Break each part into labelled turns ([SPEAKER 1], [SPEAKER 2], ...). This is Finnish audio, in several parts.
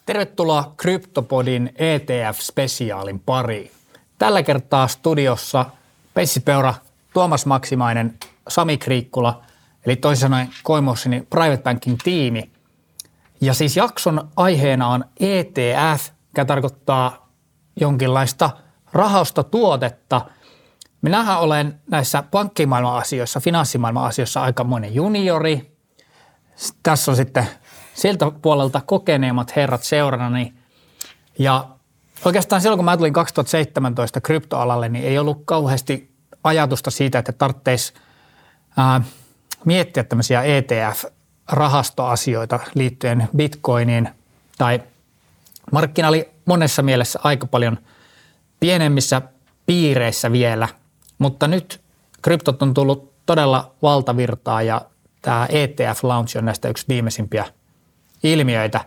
[SPEAKER 1] Tervetuloa Cryptopodin ETF-spesiaalin pariin. Tällä kertaa studiossa Pessipeura, Tuomas Maksimainen, Sami Kriikkula, eli toisin sanoen Coinmotionin Private Banking tiimi. Ja siis jakson aiheena on ETF, joka tarkoittaa jonkinlaista rahastotuotetta. Minähän olen näissä pankkimaailman asioissa, finanssimaailman asioissa aikamoinen juniori. Tässä on sitten siltä puolelta kokeneemmat herrat seurannani. Ja oikeastaan silloin, kun mä tulin 2017 kryptoalalle, niin ei ollut kauheasti ajatusta siitä, että tarvitsisi miettiä tämmöisiä ETF-rahastoasioita liittyen Bitcoiniin. Tai markkina oli monessa mielessä aika paljon pienemmissä piireissä vielä, mutta nyt kryptot on tullut todella valtavirtaa ja tämä ETF-launch on näistä yksi viimeisimpiä ilmiöitä.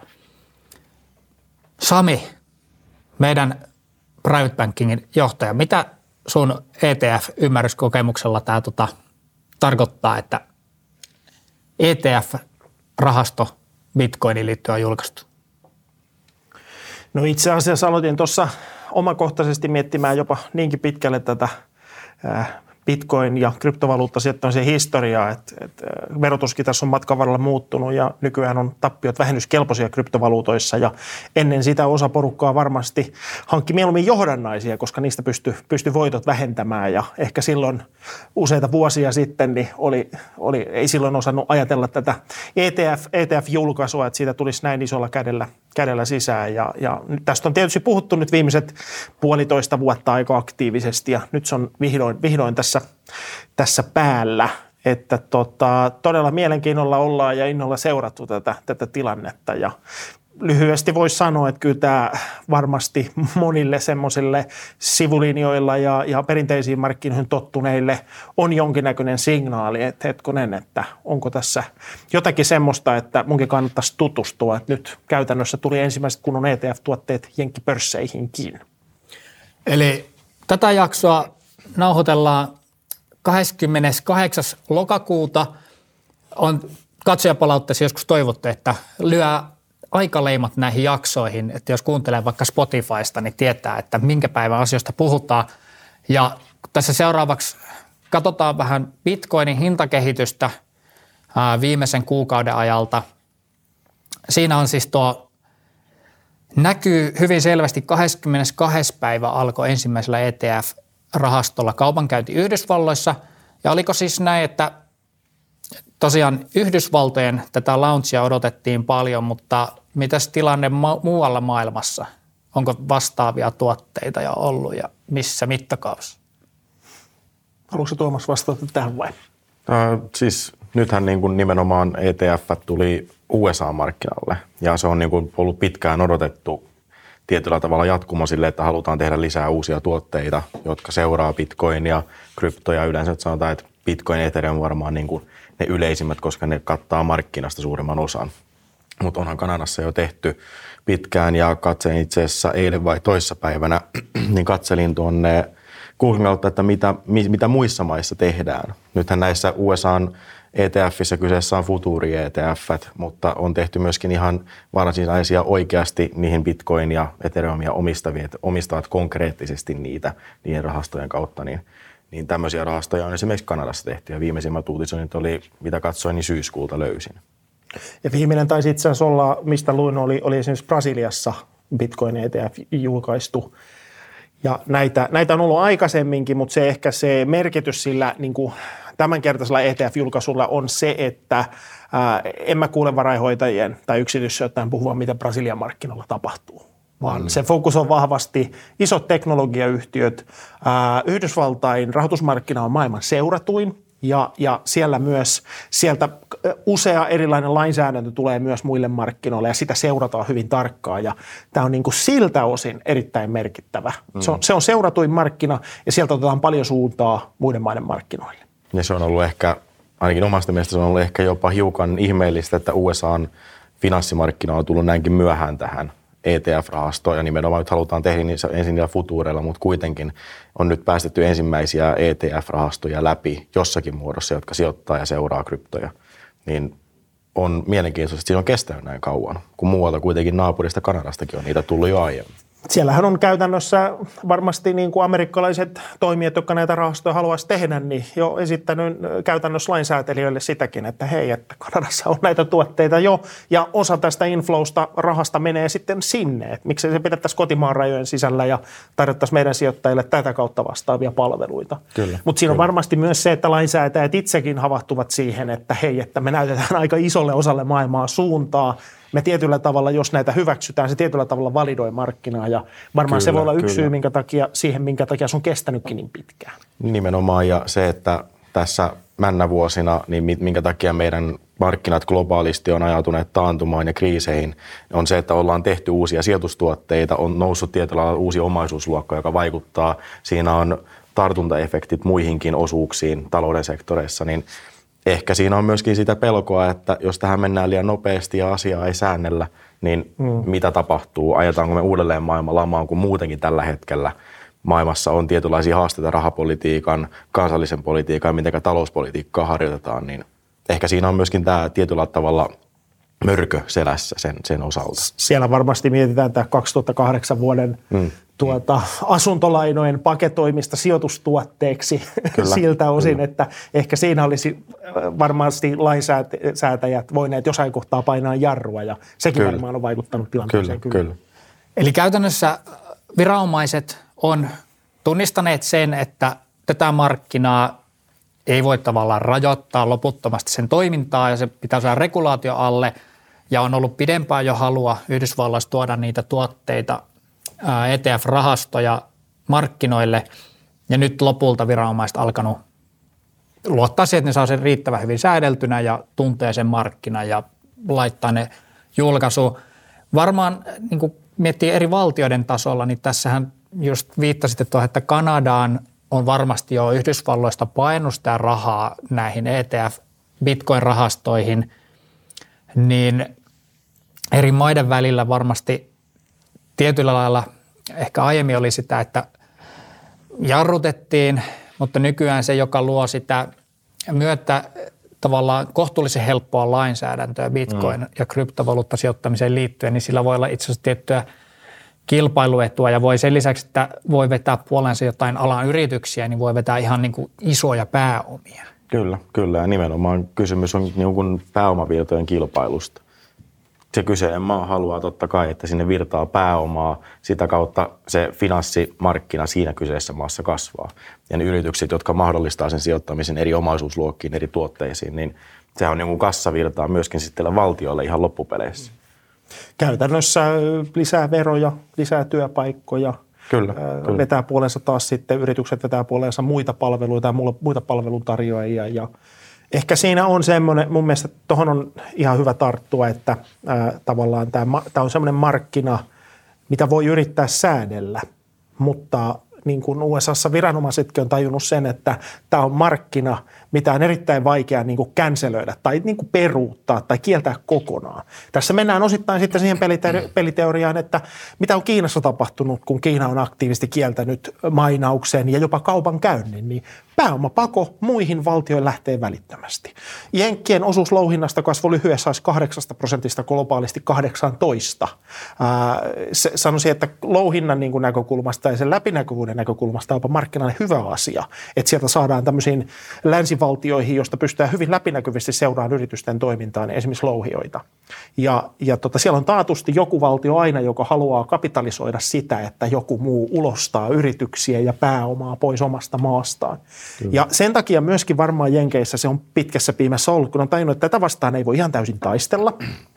[SPEAKER 1] Sami, meidän Private Bankingin johtaja, mitä sun ETF-ymmärryskokemuksella tämä tarkoittaa, että ETF-rahasto Bitcoiniin liittyen on julkaistu?
[SPEAKER 2] No itse asiassa aloitin tuossa omakohtaisesti miettimään jopa niinkin pitkälle tätä Bitcoin- ja kryptovaluuttasijoittamisen historiaa, että verotuskin tässä on matkan varrella muuttunut ja nykyään on tappiot vähennyskelpoisia kryptovaluutoissa ja ennen sitä osa porukkaa varmasti hankki mieluummin johdannaisia, koska niistä pystyi voitot vähentämään ja ehkä silloin useita vuosia sitten niin ei silloin osannut ajatella tätä ETF-julkaisua, että siitä tulisi näin isolla kädellä sisään ja tästä on tietysti puhuttu nyt viimeiset 1,5 vuotta aika aktiivisesti ja nyt se on vihdoin tässä päällä, että todella mielenkiinnolla ollaan ja innolla seurattu tätä tilannetta ja lyhyesti voisi sanoa, että kyllä tämä varmasti monille semmoisille sivulinjoilla ja perinteisiin markkinoihin tottuneille on jonkinnäköinen signaali, että hetkonen, että onko tässä jotakin semmoista, että munkin kannattaisi tutustua, että nyt käytännössä tuli ensimmäiset kunnon ETF-tuotteet jenkkipörsseihinkin.
[SPEAKER 1] Eli tätä jaksoa nauhoitellaan 28. lokakuuta. On katsojapalautteessa joskus toivottu, että lyö aikaleimat näihin jaksoihin, että jos kuuntelee vaikka Spotifysta, niin tietää, että minkä päivän asioista puhutaan. Ja tässä seuraavaksi katsotaan vähän Bitcoinin hintakehitystä viimeisen kuukauden ajalta. Siinä on siis näkyy hyvin selvästi 22. päivä alkoi ensimmäisellä ETF-rahastolla kaupankäynti Yhdysvalloissa. Ja oliko siis näin, että tosiaan Yhdysvaltojen tätä launchia odotettiin paljon, mutta mitäs tilanne muualla maailmassa? Onko vastaavia tuotteita jo ollut ja missä mittakaavassa?
[SPEAKER 2] Haluatko Tuomas vastata tähän vai?
[SPEAKER 3] Siis nythän niin kuin nimenomaan ETF tuli USA-markkinalle ja se on niin kuin ollut pitkään odotettu tietyllä tavalla jatkuma sille, että halutaan tehdä lisää uusia tuotteita, jotka seuraa Bitcoinia, kryptoja. Yleensä sanotaan, että Bitcoin ja Ethereum on varmaan niin kuin ne yleisimmät, koska ne kattaa markkinasta suurimman osan. Mutta onhan Kanadassa jo tehty pitkään ja katselin itse asiassa eilen vai toissapäivänä, niin katselin tuonne Googlen kautta, että mitä muissa maissa tehdään. Nythän näissä USA:n ETFissä kyseessä on futuuri-ETF, mutta on tehty myöskin ihan varsinaisia oikeasti niihin Bitcoin ja Ethereumia omistavat konkreettisesti niiden rahastojen kautta, niin tämmöisiä rahastoja on esimerkiksi Kanadassa tehty ja viimeisimmät uutisoinnit oli, mitä katsoin, niin syyskuulta löysin.
[SPEAKER 2] Ja viimeinen taisi itse asiassa olla, mistä luin, oli esimerkiksi Brasiliassa Bitcoin ETF julkaistu. Ja näitä on ollut aikaisemminkin, mutta se merkitys sillä niin kuin tämänkertaisella ETF-julkaisulla on se, että en mä kuule varainhoitajien tai yksityissijoittajien puhuvan, mitä Brasilian markkinoilla tapahtuu. Vaan se fokus on vahvasti isot teknologiayhtiöt. Yhdysvaltain rahoitusmarkkina on maailman seuratuin ja sieltä usea erilainen lainsäädäntö tulee myös muille markkinoille ja sitä seurataan hyvin tarkkaan. Ja tämä on niin kuin siltä osin erittäin merkittävä. Se on seuratuin markkina ja sieltä otetaan paljon suuntaa muiden maiden markkinoille.
[SPEAKER 3] Ja se on ollut ehkä, ainakin omasta mielestä se on ollut ehkä jopa hiukan ihmeellistä, että USA:n finanssimarkkina on tullut näinkin myöhään tähän ETF-rahastoon ja nimenomaan nyt halutaan tehdä ensin niillä futuureilla, mutta kuitenkin on nyt päästetty ensimmäisiä ETF-rahastoja läpi jossakin muodossa, jotka sijoittaa ja seuraa kryptoja. Niin on mielenkiintoista, että siinä on kestänyt näin kauan, kun muualta kuitenkin naapurista Kanadastakin on niitä tullut jo aiemmin.
[SPEAKER 2] Siellähän on käytännössä varmasti niin kuin amerikkalaiset toimijat, jotka näitä rahastoja haluaisi tehdä, niin jo esittänyt käytännössä lainsäätelijöille sitäkin, että hei, että Kanadassa on näitä tuotteita jo, ja osa tästä inflowsta rahasta menee sitten sinne. Että miksei se pidettäisiin kotimaan rajojen sisällä ja tarjottaisiin meidän sijoittajille tätä kautta vastaavia palveluita. Mutta siinä on varmasti myös se, että lainsäätäjät itsekin havahtuvat siihen, että hei, että me näytetään aika isolle osalle maailmaa suuntaa. Me tietyllä tavalla, jos näitä hyväksytään, se tietyllä tavalla validoi markkinaa ja varmaan se voi olla yksi syy, minkä takia se on kestänytkin niin pitkään.
[SPEAKER 3] Nimenomaan ja se, että tässä männävuosina, niin minkä takia meidän markkinat globaalisti on ajautuneet taantumaan ja kriiseihin, on se, että ollaan tehty uusia sijoitustuotteita, on noussut tietyllä lailla uusi omaisuusluokka, joka vaikuttaa. Siinä on tartuntaefektit muihinkin osuuksiin talouden sektoreissa, niin ehkä siinä on myöskin sitä pelkoa, että jos tähän mennään liian nopeasti ja asiaa ei säännellä, niin mitä tapahtuu? Ajetaanko me uudelleen maailman lamaan, kun muutenkin tällä hetkellä maailmassa on tietynlaisia haasteita rahapolitiikan, kansallisen politiikan, miten talouspolitiikkaa harjoitetaan, niin ehkä siinä on myöskin tämä tietyllä tavalla mörkö selässä sen osalta.
[SPEAKER 2] Siellä varmasti mietitään tämä 2008 vuoden asuntolainojen paketoimista sijoitustuotteeksi siltä osin, että ehkä siinä olisi varmasti lainsäätäjät voineet jossain kohtaa painaa jarrua ja sekin varmaan on vaikuttanut tilanteeseen. Kyllä.
[SPEAKER 1] Eli käytännössä viranomaiset on tunnistaneet sen, että tätä markkinaa ei voi tavallaan rajoittaa loputtomasti sen toimintaa ja se pitää saada regulaatio alle ja on ollut pidempään jo halua Yhdysvalloissa tuoda niitä tuotteita ETF-rahastoja markkinoille ja nyt lopulta viranomaiset alkanut luottaa siihen, että ne saa sen riittävän hyvin säädeltynä ja tuntee sen markkinan ja laittaa ne julkaisuun. Varmaan niin kuin miettii eri valtioiden tasolla, niin tässähän just viittasitte tuohon, että Kanadaan on varmasti jo Yhdysvalloista painunut sitä rahaa näihin ETF-bitcoin-rahastoihin, niin eri maiden välillä varmasti tietyllä lailla ehkä aiemmin oli sitä, että jarrutettiin, mutta nykyään se, joka luo sitä myötä tavallaan kohtuullisen helppoa lainsäädäntöä bitcoin- ja kryptovaluuttasijoittamiseen liittyen, niin sillä voi olla itse asiassa tiettyä kilpailuetua ja voi sen lisäksi, että voi vetää puolensa jotain alan yrityksiä, niin voi vetää ihan niin kuin isoja pääomia.
[SPEAKER 3] Kyllä ja nimenomaan kysymys on niin kuin pääomavirtojen kilpailusta. Se kyseinen maa haluaa totta kai, että sinne virtaa pääomaa, sitä kautta se finanssimarkkina siinä kyseisessä maassa kasvaa. Ja ne yritykset, jotka mahdollistaa sen sijoittamisen eri omaisuusluokkiin, eri tuotteisiin, niin sehän on niin kuin kassavirtaa myöskin sitten valtiolle ihan loppupeleissä.
[SPEAKER 2] Käytännössä lisää veroja, lisää työpaikkoja.
[SPEAKER 3] Kyllä.
[SPEAKER 2] Vetää puolensa taas sitten, yritykset vetää puolensa muita palveluita ja muita palveluntarjoajia ja ehkä siinä on semmoinen, mun mielestä tuohon on ihan hyvä tarttua, että tavallaan tämä on semmoinen markkina, mitä voi yrittää säädellä, mutta niin kuin USAssa viranomaisetkin on tajunnut sen, että tämä on markkina, mitä on erittäin vaikea niin kuin cancelöidä tai niin kuin peruuttaa tai kieltää kokonaan. Tässä mennään osittain sitten siihen peliteoriaan, että mitä on Kiinassa tapahtunut, kun Kiina on aktiivisesti kieltänyt mainauksen ja jopa kaupankäynnin, niin pääomapako muihin valtioihin lähtee välittömästi. Jenkkien osuus louhinnasta kasvoi lyhyessä 8% globaalisti 18. Sanoisin, että louhinnan niin kuin näkökulmasta ja sen läpinäkyvyyden näkökulmasta on jopa markkinalle hyvä asia, että sieltä saadaan tämmöisiin länsivaltioihin, josta pystytään hyvin läpinäkyvästi seuraamaan yritysten toimintaan, esimerkiksi louhioita. Ja siellä on taatusti joku valtio aina, joka haluaa kapitalisoida sitä, että joku muu ulostaa yrityksiä ja pääomaa pois omasta maastaan. Kyllä. Ja sen takia myöskin varmaan Jenkeissä se on pitkässä piimässä ollut, kun on tajunnut, että tätä vastaan ei voi ihan täysin taistella.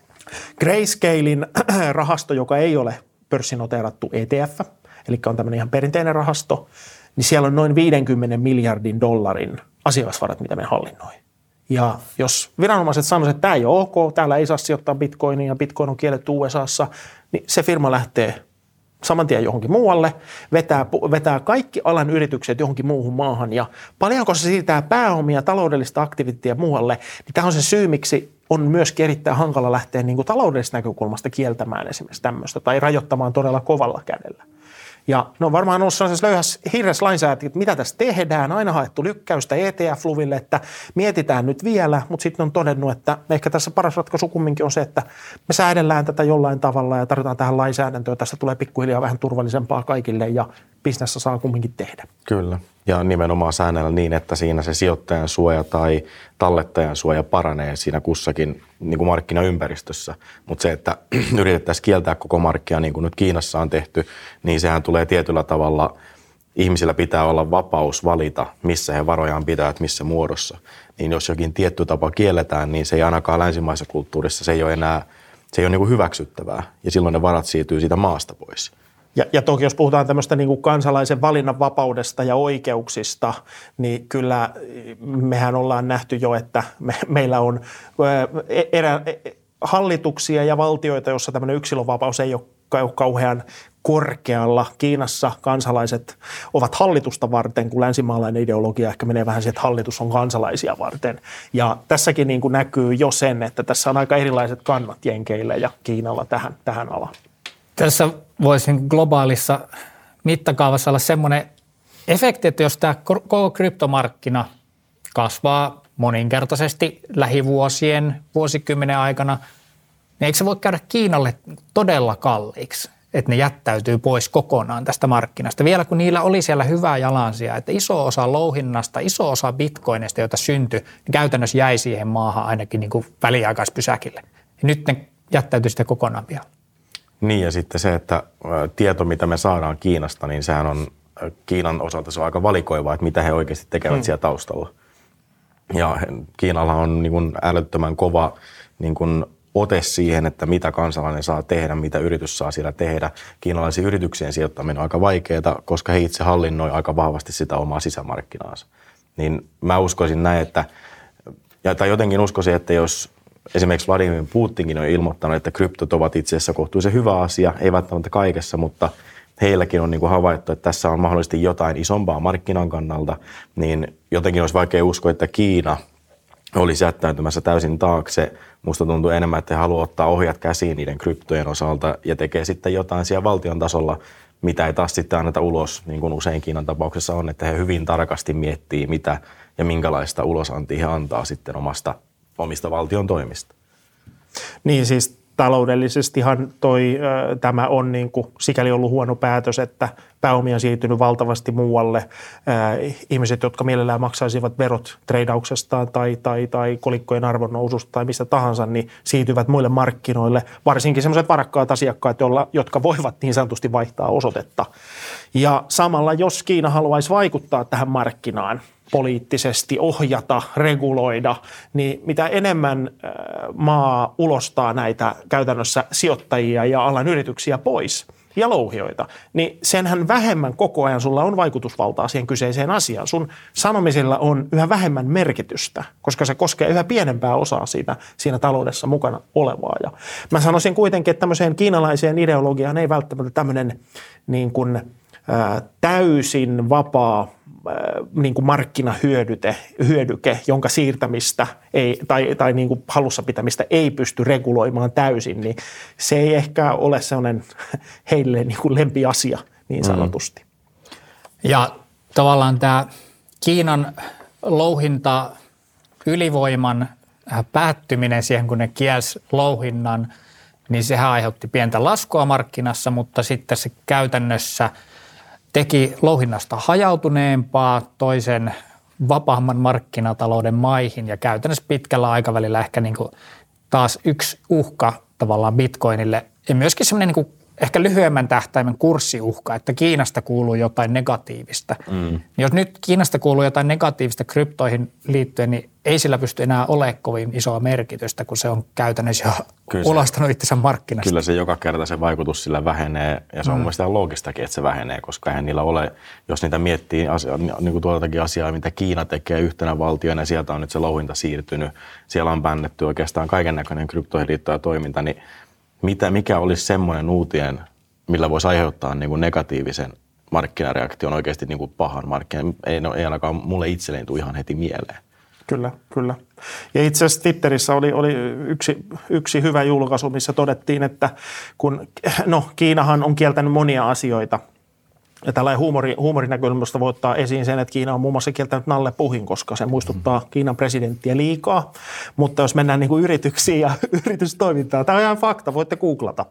[SPEAKER 2] Grayscalein rahasto, joka ei ole pörssinoteerattu ETF, eli on tämmöinen ihan perinteinen rahasto, niin siellä on noin 50 miljardin dollarin asiakasvarat, mitä me hallinnoi. Ja jos viranomaiset sanoisivat, että tämä ei ole ok, täällä ei saa sijoittaa bitcoinia ja bitcoin on kielletty USAssa, niin se firma lähtee saman tien johonkin muualle, vetää kaikki alan yritykset johonkin muuhun maahan ja paljonko se siirtää pääomia, taloudellista aktiviteettia muualle, niin tämä on se syy, miksi on myöskin erittäin hankala lähteä niin kuin taloudellisesta näkökulmasta kieltämään esimerkiksi tämmöistä tai rajoittamaan todella kovalla kädellä. Ja no varmaan ollut sellaisessa löyhässä hirres lainsäädäntö, että mitä tässä tehdään. Aina haettu lykkäystä ETF-luville, että mietitään nyt vielä, mutta sitten on todennut, että ehkä tässä paras ratkaisu kumminkin on se, että me säädellään tätä jollain tavalla ja tarvitaan tähän lainsäädäntöön. Tästä tulee pikkuhiljaa vähän turvallisempaa kaikille ja bisnessä saa kumminkin tehdä.
[SPEAKER 3] Kyllä. Ja nimenomaan säännellä niin, että siinä se sijoittajan suoja tai tallettajan suoja paranee siinä kussakin niin kuin markkinaympäristössä. Mutta se, että yritettäisiin kieltää koko markkina niin kuin nyt Kiinassa on tehty, niin sehän tulee tietyllä tavalla, ihmisillä pitää olla vapaus valita, missä he varojaan pitävät, missä muodossa. Niin jos jokin tietty tapa kielletään, niin se ei ainakaan länsimaisessa kulttuurissa, se ei ole enää, se ei ole niin kuin hyväksyttävää. Ja silloin ne varat siirtyy siitä maasta pois.
[SPEAKER 2] Ja toki jos puhutaan tämmöistä niin kuin kansalaisen valinnanvapaudesta ja oikeuksista, niin kyllä mehän ollaan nähty jo, että meillä on hallituksia ja valtioita, joissa tämmöinen yksilönvapaus ei ole kauhean korkealla. Kiinassa kansalaiset ovat hallitusta varten, kun länsimaalainen ideologia ehkä menee vähän siihen, että hallitus on kansalaisia varten. Ja tässäkin niin kuin näkyy jo sen, että tässä on aika erilaiset kannat Jenkeillä ja Kiinalla tähän alaan.
[SPEAKER 1] Tässä voisi globaalissa mittakaavassa olla semmoinen efekti, että jos tämä koko kryptomarkkina kasvaa moninkertaisesti lähivuosien, vuosikymmenen aikana, niin eikö se voi käydä Kiinalle todella kalliiksi, että ne jättäytyy pois kokonaan tästä markkinasta. Vielä kun niillä oli siellä hyvää jalansijaa, että iso osa louhinnasta, iso osa bitcoinista, joita syntyi, niin käytännössä jäi siihen maahan ainakin niin kuin väliaikaispysäkille. Ja nyt ne jättäytyy sitten kokonaan pian.
[SPEAKER 3] Niin ja sitten se, että tieto, mitä me saadaan Kiinasta, niin sehän on Kiinan osalta se on aika valikoivaa, että mitä he oikeasti tekevät siellä taustalla. Ja Kiinalla on niin kuin älyttömän kova niin kuin ote siihen, että mitä kansalainen saa tehdä, mitä yritys saa siellä tehdä. Kiinalaisiin yrityksien sijoittaminen on aika vaikeaa, koska he itse hallinnoi aika vahvasti sitä omaa sisämarkkinaansa. Niin mä uskoisin näin, että, tai jotenkin uskoisin, että jos esimerkiksi Vladimir Putinkin on ilmoittanut, että kryptot ovat itse asiassa kohtuullisen hyvä asia, ei välttämättä kaikessa, mutta heilläkin on niin kuin havaittu, että tässä on mahdollisesti jotain isompaa markkinan kannalta, niin jotenkin olisi vaikea uskoa, että Kiina olisi jättäytymässä täysin taakse. Musta tuntuu enemmän, että he haluavat ottaa ohjat käsiin niiden kryptojen osalta ja tekee sitten jotain siellä valtion tasolla, mitä ei taas sitten anneta ulos, niin kuin usein Kiinan tapauksessa on, että he hyvin tarkasti miettii, mitä ja minkälaista ulosantia he antaa sitten omista valtion toimista.
[SPEAKER 2] Niin siis taloudellisestihan tämä on niin kuin sikäli ollut huono päätös, että pääomia on siirtynyt valtavasti muualle. Ihmiset, jotka mielellään maksaisivat verot treidauksestaan tai kolikkojen arvonnoususta tai mistä tahansa, niin siirtyvät muille markkinoille. Varsinkin sellaiset varakkaat asiakkaat, jotka voivat niin sanotusti vaihtaa osoitetta. Ja samalla, jos Kiina haluaisi vaikuttaa tähän markkinaan, poliittisesti ohjata, reguloida, niin mitä enemmän maa ulostaa näitä käytännössä sijoittajia ja alan yrityksiä pois ja louhijoita, niin senhän vähemmän koko ajan sulla on vaikutusvaltaa siihen kyseiseen asiaan. Sun sanomisilla on yhä vähemmän merkitystä, koska se koskee yhä pienempää osaa siinä taloudessa mukana olevaa. Ja mä sanoisin kuitenkin, että tämmöiseen kiinalaiseen ideologiaan ei välttämättä tämmöinen niin kuin täysin vapaa niin kuin markkinahyödyke, jonka siirtämistä tai niin kuin hallussa pitämistä ei pysty reguloimaan täysin, niin se ei ehkä ole sellainen heille niin kuin lempiasia niin sanotusti.
[SPEAKER 1] Ja tavallaan tämä Kiinan louhinta ylivoiman päättyminen siihen, kun ne kielsi louhinnan, niin sehän aiheutti pientä laskua markkinassa, mutta sitten se käytännössä teki louhinnasta hajautuneempaa toisen vapaamman markkinatalouden maihin ja käytännössä pitkällä aikavälillä ehkä niin kuin taas yksi uhka tavallaan bitcoinille ja myöskin semmoinen niin kuin ehkä lyhyemmän tähtäimen kurssiuhka, että Kiinasta kuuluu jotain negatiivista. Jos nyt Kiinasta kuuluu jotain negatiivista kryptoihin liittyen, niin ei sillä pysty enää olemaan kovin isoa merkitystä, kun se on käytännössä jo ulostanut itsensä markkinasta.
[SPEAKER 3] Kyllä se joka kerta se vaikutus sillä vähenee ja se on mielestäni loogistakin, että se vähenee, koska eihän niillä ole, jos niitä miettii niin kuin tuoltakin asiaa, mitä Kiina tekee yhtenä valtiona ja sieltä on nyt se louhinta siirtynyt, siellä on bännetty oikeastaan kaikennäköinen kryptoihin liittyvä toiminta, niin mikä olisi semmoinen uutinen, millä voisi aiheuttaa niin kuin negatiivisen markkinareaktion oikeasti niin kuin pahan markkinan? Ei ainakaan mulle itselleni tule ihan heti mieleen.
[SPEAKER 2] Kyllä. Ja itse asiassa Twitterissä oli yksi hyvä julkaisu, missä todettiin, että Kiinahan on kieltänyt monia asioita Ja tällainen huumorinäkökulmasta voi ottaa esiin sen, että Kiina on muun muassa kieltänyt Nalle Puhin, koska se muistuttaa Kiinan presidenttiä liikaa. Mutta jos mennään niin kuin yrityksiin ja yritystoimintaan, tämä on ihan fakta, voitte googlata.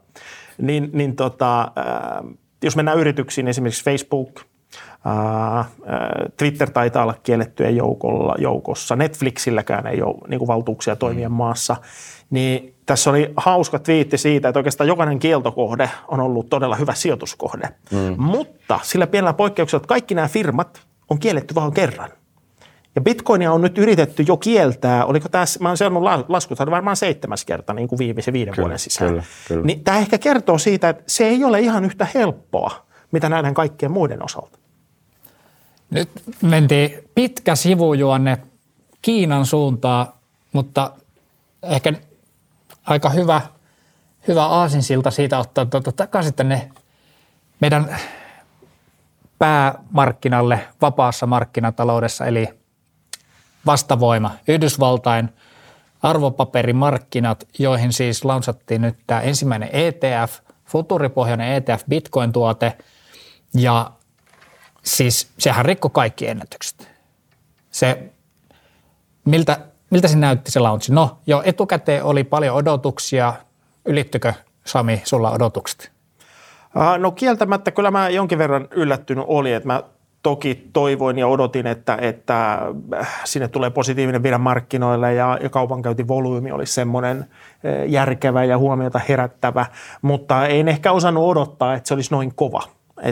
[SPEAKER 2] Jos mennään yrityksiin, esimerkiksi Facebook, Twitter taitaa olla kiellettyjen joukossa, Netflixilläkään ei ole niin kuin valtuuksia toimia maassa, niin tässä oli hauska twiitti siitä, että oikeastaan jokainen kieltokohde on ollut todella hyvä sijoituskohde. Mutta sillä pienellä poikkeuksella, että kaikki nämä firmat on kielletty vain kerran. Ja Bitcoinia on nyt yritetty jo kieltää, oliko tässä, mä oon seurannut laskusta, varmaan 7 kertaa niin kuin viimeisen 5 vuoden sisään. Kyllä. Niin tämä ehkä kertoo siitä, että se ei ole ihan yhtä helppoa, mitä nähdään kaikkien muiden osalta.
[SPEAKER 1] Nyt mentiin pitkä sivujuonne Kiinan suuntaan, mutta ehkä aika hyvä aasinsilta siitä ottaa takaisin tänne meidän päämarkkinalle vapaassa markkinataloudessa, eli vastavoima, Yhdysvaltain arvopaperimarkkinat, joihin siis launsattiin nyt tämä ensimmäinen ETF, futuuripohjainen ETF Bitcoin-tuote, ja siis sehän rikkoi kaikki ennätykset. Miltä se näytti se launchi? No, jo etukäteen oli paljon odotuksia. Ylittykö, Sami, sulla odotukset?
[SPEAKER 2] No kieltämättä kyllä mä jonkin verran yllättynyt olin, että mä toki toivoin ja odotin, että sinne tulee positiivinen vire markkinoille ja kaupankäyntivolyymi olisi semmoinen järkevä ja huomiota herättävä, mutta en ehkä osannut odottaa, että se olisi noin kova.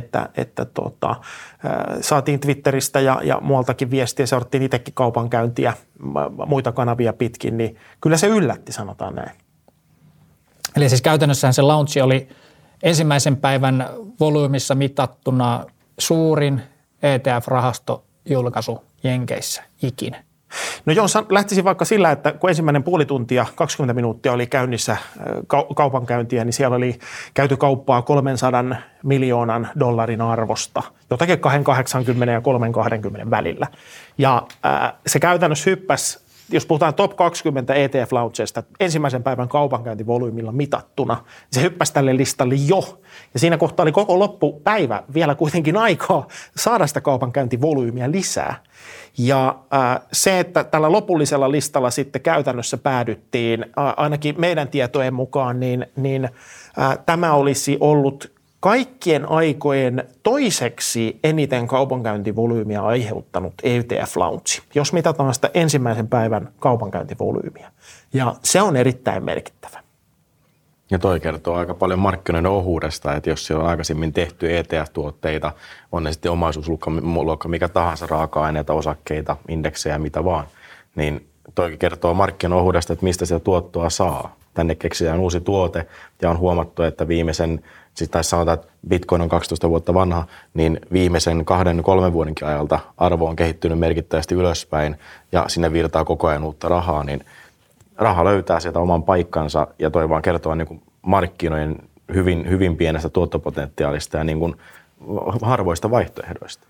[SPEAKER 2] Saatiin Twitteristä ja muualtakin viestiä, seurattiin itsekin kaupankäyntiä muita kanavia pitkin, niin kyllä se yllätti, sanotaan näin.
[SPEAKER 1] Eli siis käytännössähän se launchi oli ensimmäisen päivän volyymissa mitattuna suurin ETF-rahastojulkaisu Jenkeissä ikinä.
[SPEAKER 2] No joo, lähtisin vaikka sillä, että kun ensimmäinen puoli tuntia, 20 minuuttia oli käynnissä kaupankäyntiä, niin siellä oli käyty kauppaa $300 miljoonan arvosta, jotakin 280 ja 320 välillä. Ja se käytännössä hyppäsi, jos puhutaan top 20 ETF-launcheista, ensimmäisen päivän kaupankäyntivolyymilla mitattuna, niin se hyppäsi tälle listalle jo. Ja siinä kohtaa oli koko loppupäivä vielä kuitenkin aikaa saada sitä kaupankäyntivolyymiä lisää. Ja se, että tällä lopullisella listalla sitten käytännössä päädyttiin, ainakin meidän tietojen mukaan, niin tämä olisi ollut kaikkien aikojen toiseksi eniten kaupankäyntivolyymiä aiheuttanut ETF-launchi, jos mitataan sitä ensimmäisen päivän kaupankäyntivolyymiä. Ja se on erittäin merkittävä.
[SPEAKER 3] Ja toi kertoo aika paljon markkinoiden ohuudesta, että jos siellä on aikaisemmin tehty ETF-tuotteita, on ne sitten omaisuusluokka mikä tahansa, raaka-aineita, osakkeita, indeksejä, mitä vaan, niin toi kertoo markkinoiden ohuudesta, että mistä sitä tuottoa saa. Tänne keksitään uusi tuote ja on huomattu, että sanotaan, että Bitcoin on 12 vuotta vanha, niin viimeisen 2-3 vuodenkin ajalta arvo on kehittynyt merkittävästi ylöspäin ja sinne virtaa koko ajan uutta rahaa, niin raha löytää sieltä oman paikkansa ja toi vaan kertoo niin kuin markkinoiden hyvin pienestä tuottopotentiaalista ja niin kuin harvoista vaihtoehdoista.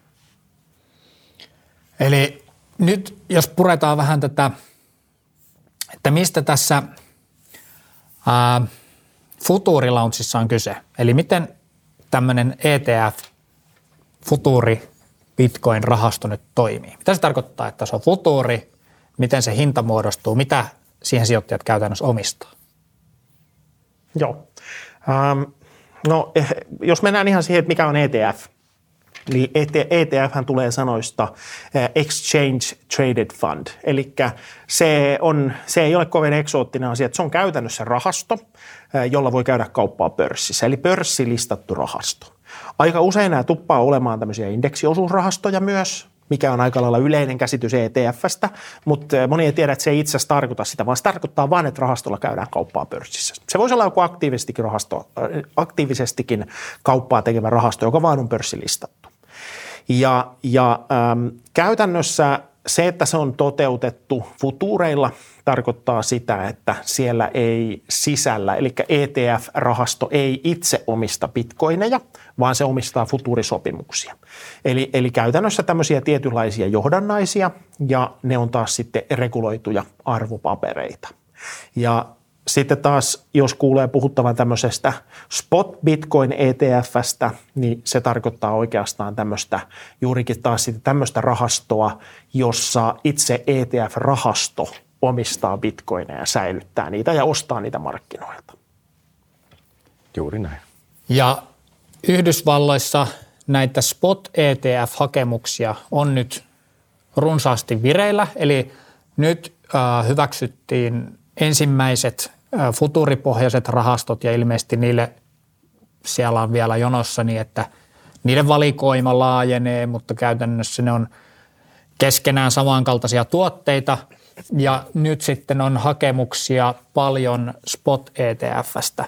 [SPEAKER 1] Eli nyt jos puretaan vähän tätä, että mistä tässä futuurilaunchissa on kyse. Eli miten tämmöinen ETF, futuuri Bitcoin-rahasto nyt toimii? Mitä se tarkoittaa, että se on futuuri, miten se hinta muodostuu, mitä siihen sijoittajat käytännössä omistaa?
[SPEAKER 2] Joo. No, jos mennään ihan siihen, että mikä on ETF, niin ETFhän tulee sanoista Exchange Traded Fund, eli se ei ole kovin eksoottinen asia, että se on käytännössä rahasto, jolla voi käydä kauppaa pörssissä, eli pörssilistattu rahasto. Aika usein nämä tuppaa olemaan tämmöisiä indeksiosuusrahastoja myös, mikä on aika lailla yleinen käsitys ETF:stä, mutta moni ei tiedä, että se ei itse asiassa tarkoita sitä, vaan se tarkoittaa vain, että rahastolla käydään kauppaa pörssissä. Se voisi olla joku aktiivisestikin kauppaa tekevä rahasto, joka vaan on pörssilistattu. Ja käytännössä se, että se on toteutettu futuureilla, tarkoittaa sitä, että siellä ei sisällä, eli ETF-rahasto ei itse omista bitcoineja, vaan se omistaa futuurisopimuksia. Eli käytännössä tämmöisiä tietynlaisia johdannaisia, ja ne on taas sitten reguloituja arvopapereita. Ja Sitten taas, jos kuulee puhuttavan tämmöisestä spot Bitcoin ETF:stä, niin se tarkoittaa oikeastaan juurikin taas sitten tämmöistä rahastoa, jossa itse ETF-rahasto omistaa bitcoineja ja säilyttää niitä ja ostaa niitä markkinoilta.
[SPEAKER 3] Juuri näin.
[SPEAKER 1] Ja Yhdysvalloissa näitä spot ETF-hakemuksia on nyt runsaasti vireillä, eli nyt hyväksyttiin ensimmäiset futuuripohjaiset rahastot ja ilmeisesti niille siellä on vielä jonossa niin, että niiden valikoima laajenee, mutta käytännössä ne on keskenään samankaltaisia tuotteita ja nyt sitten on hakemuksia paljon spot ETF:stä.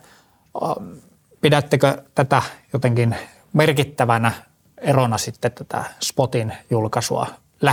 [SPEAKER 1] Pidättekö tätä jotenkin merkittävänä erona sitten tätä spotin julkaisua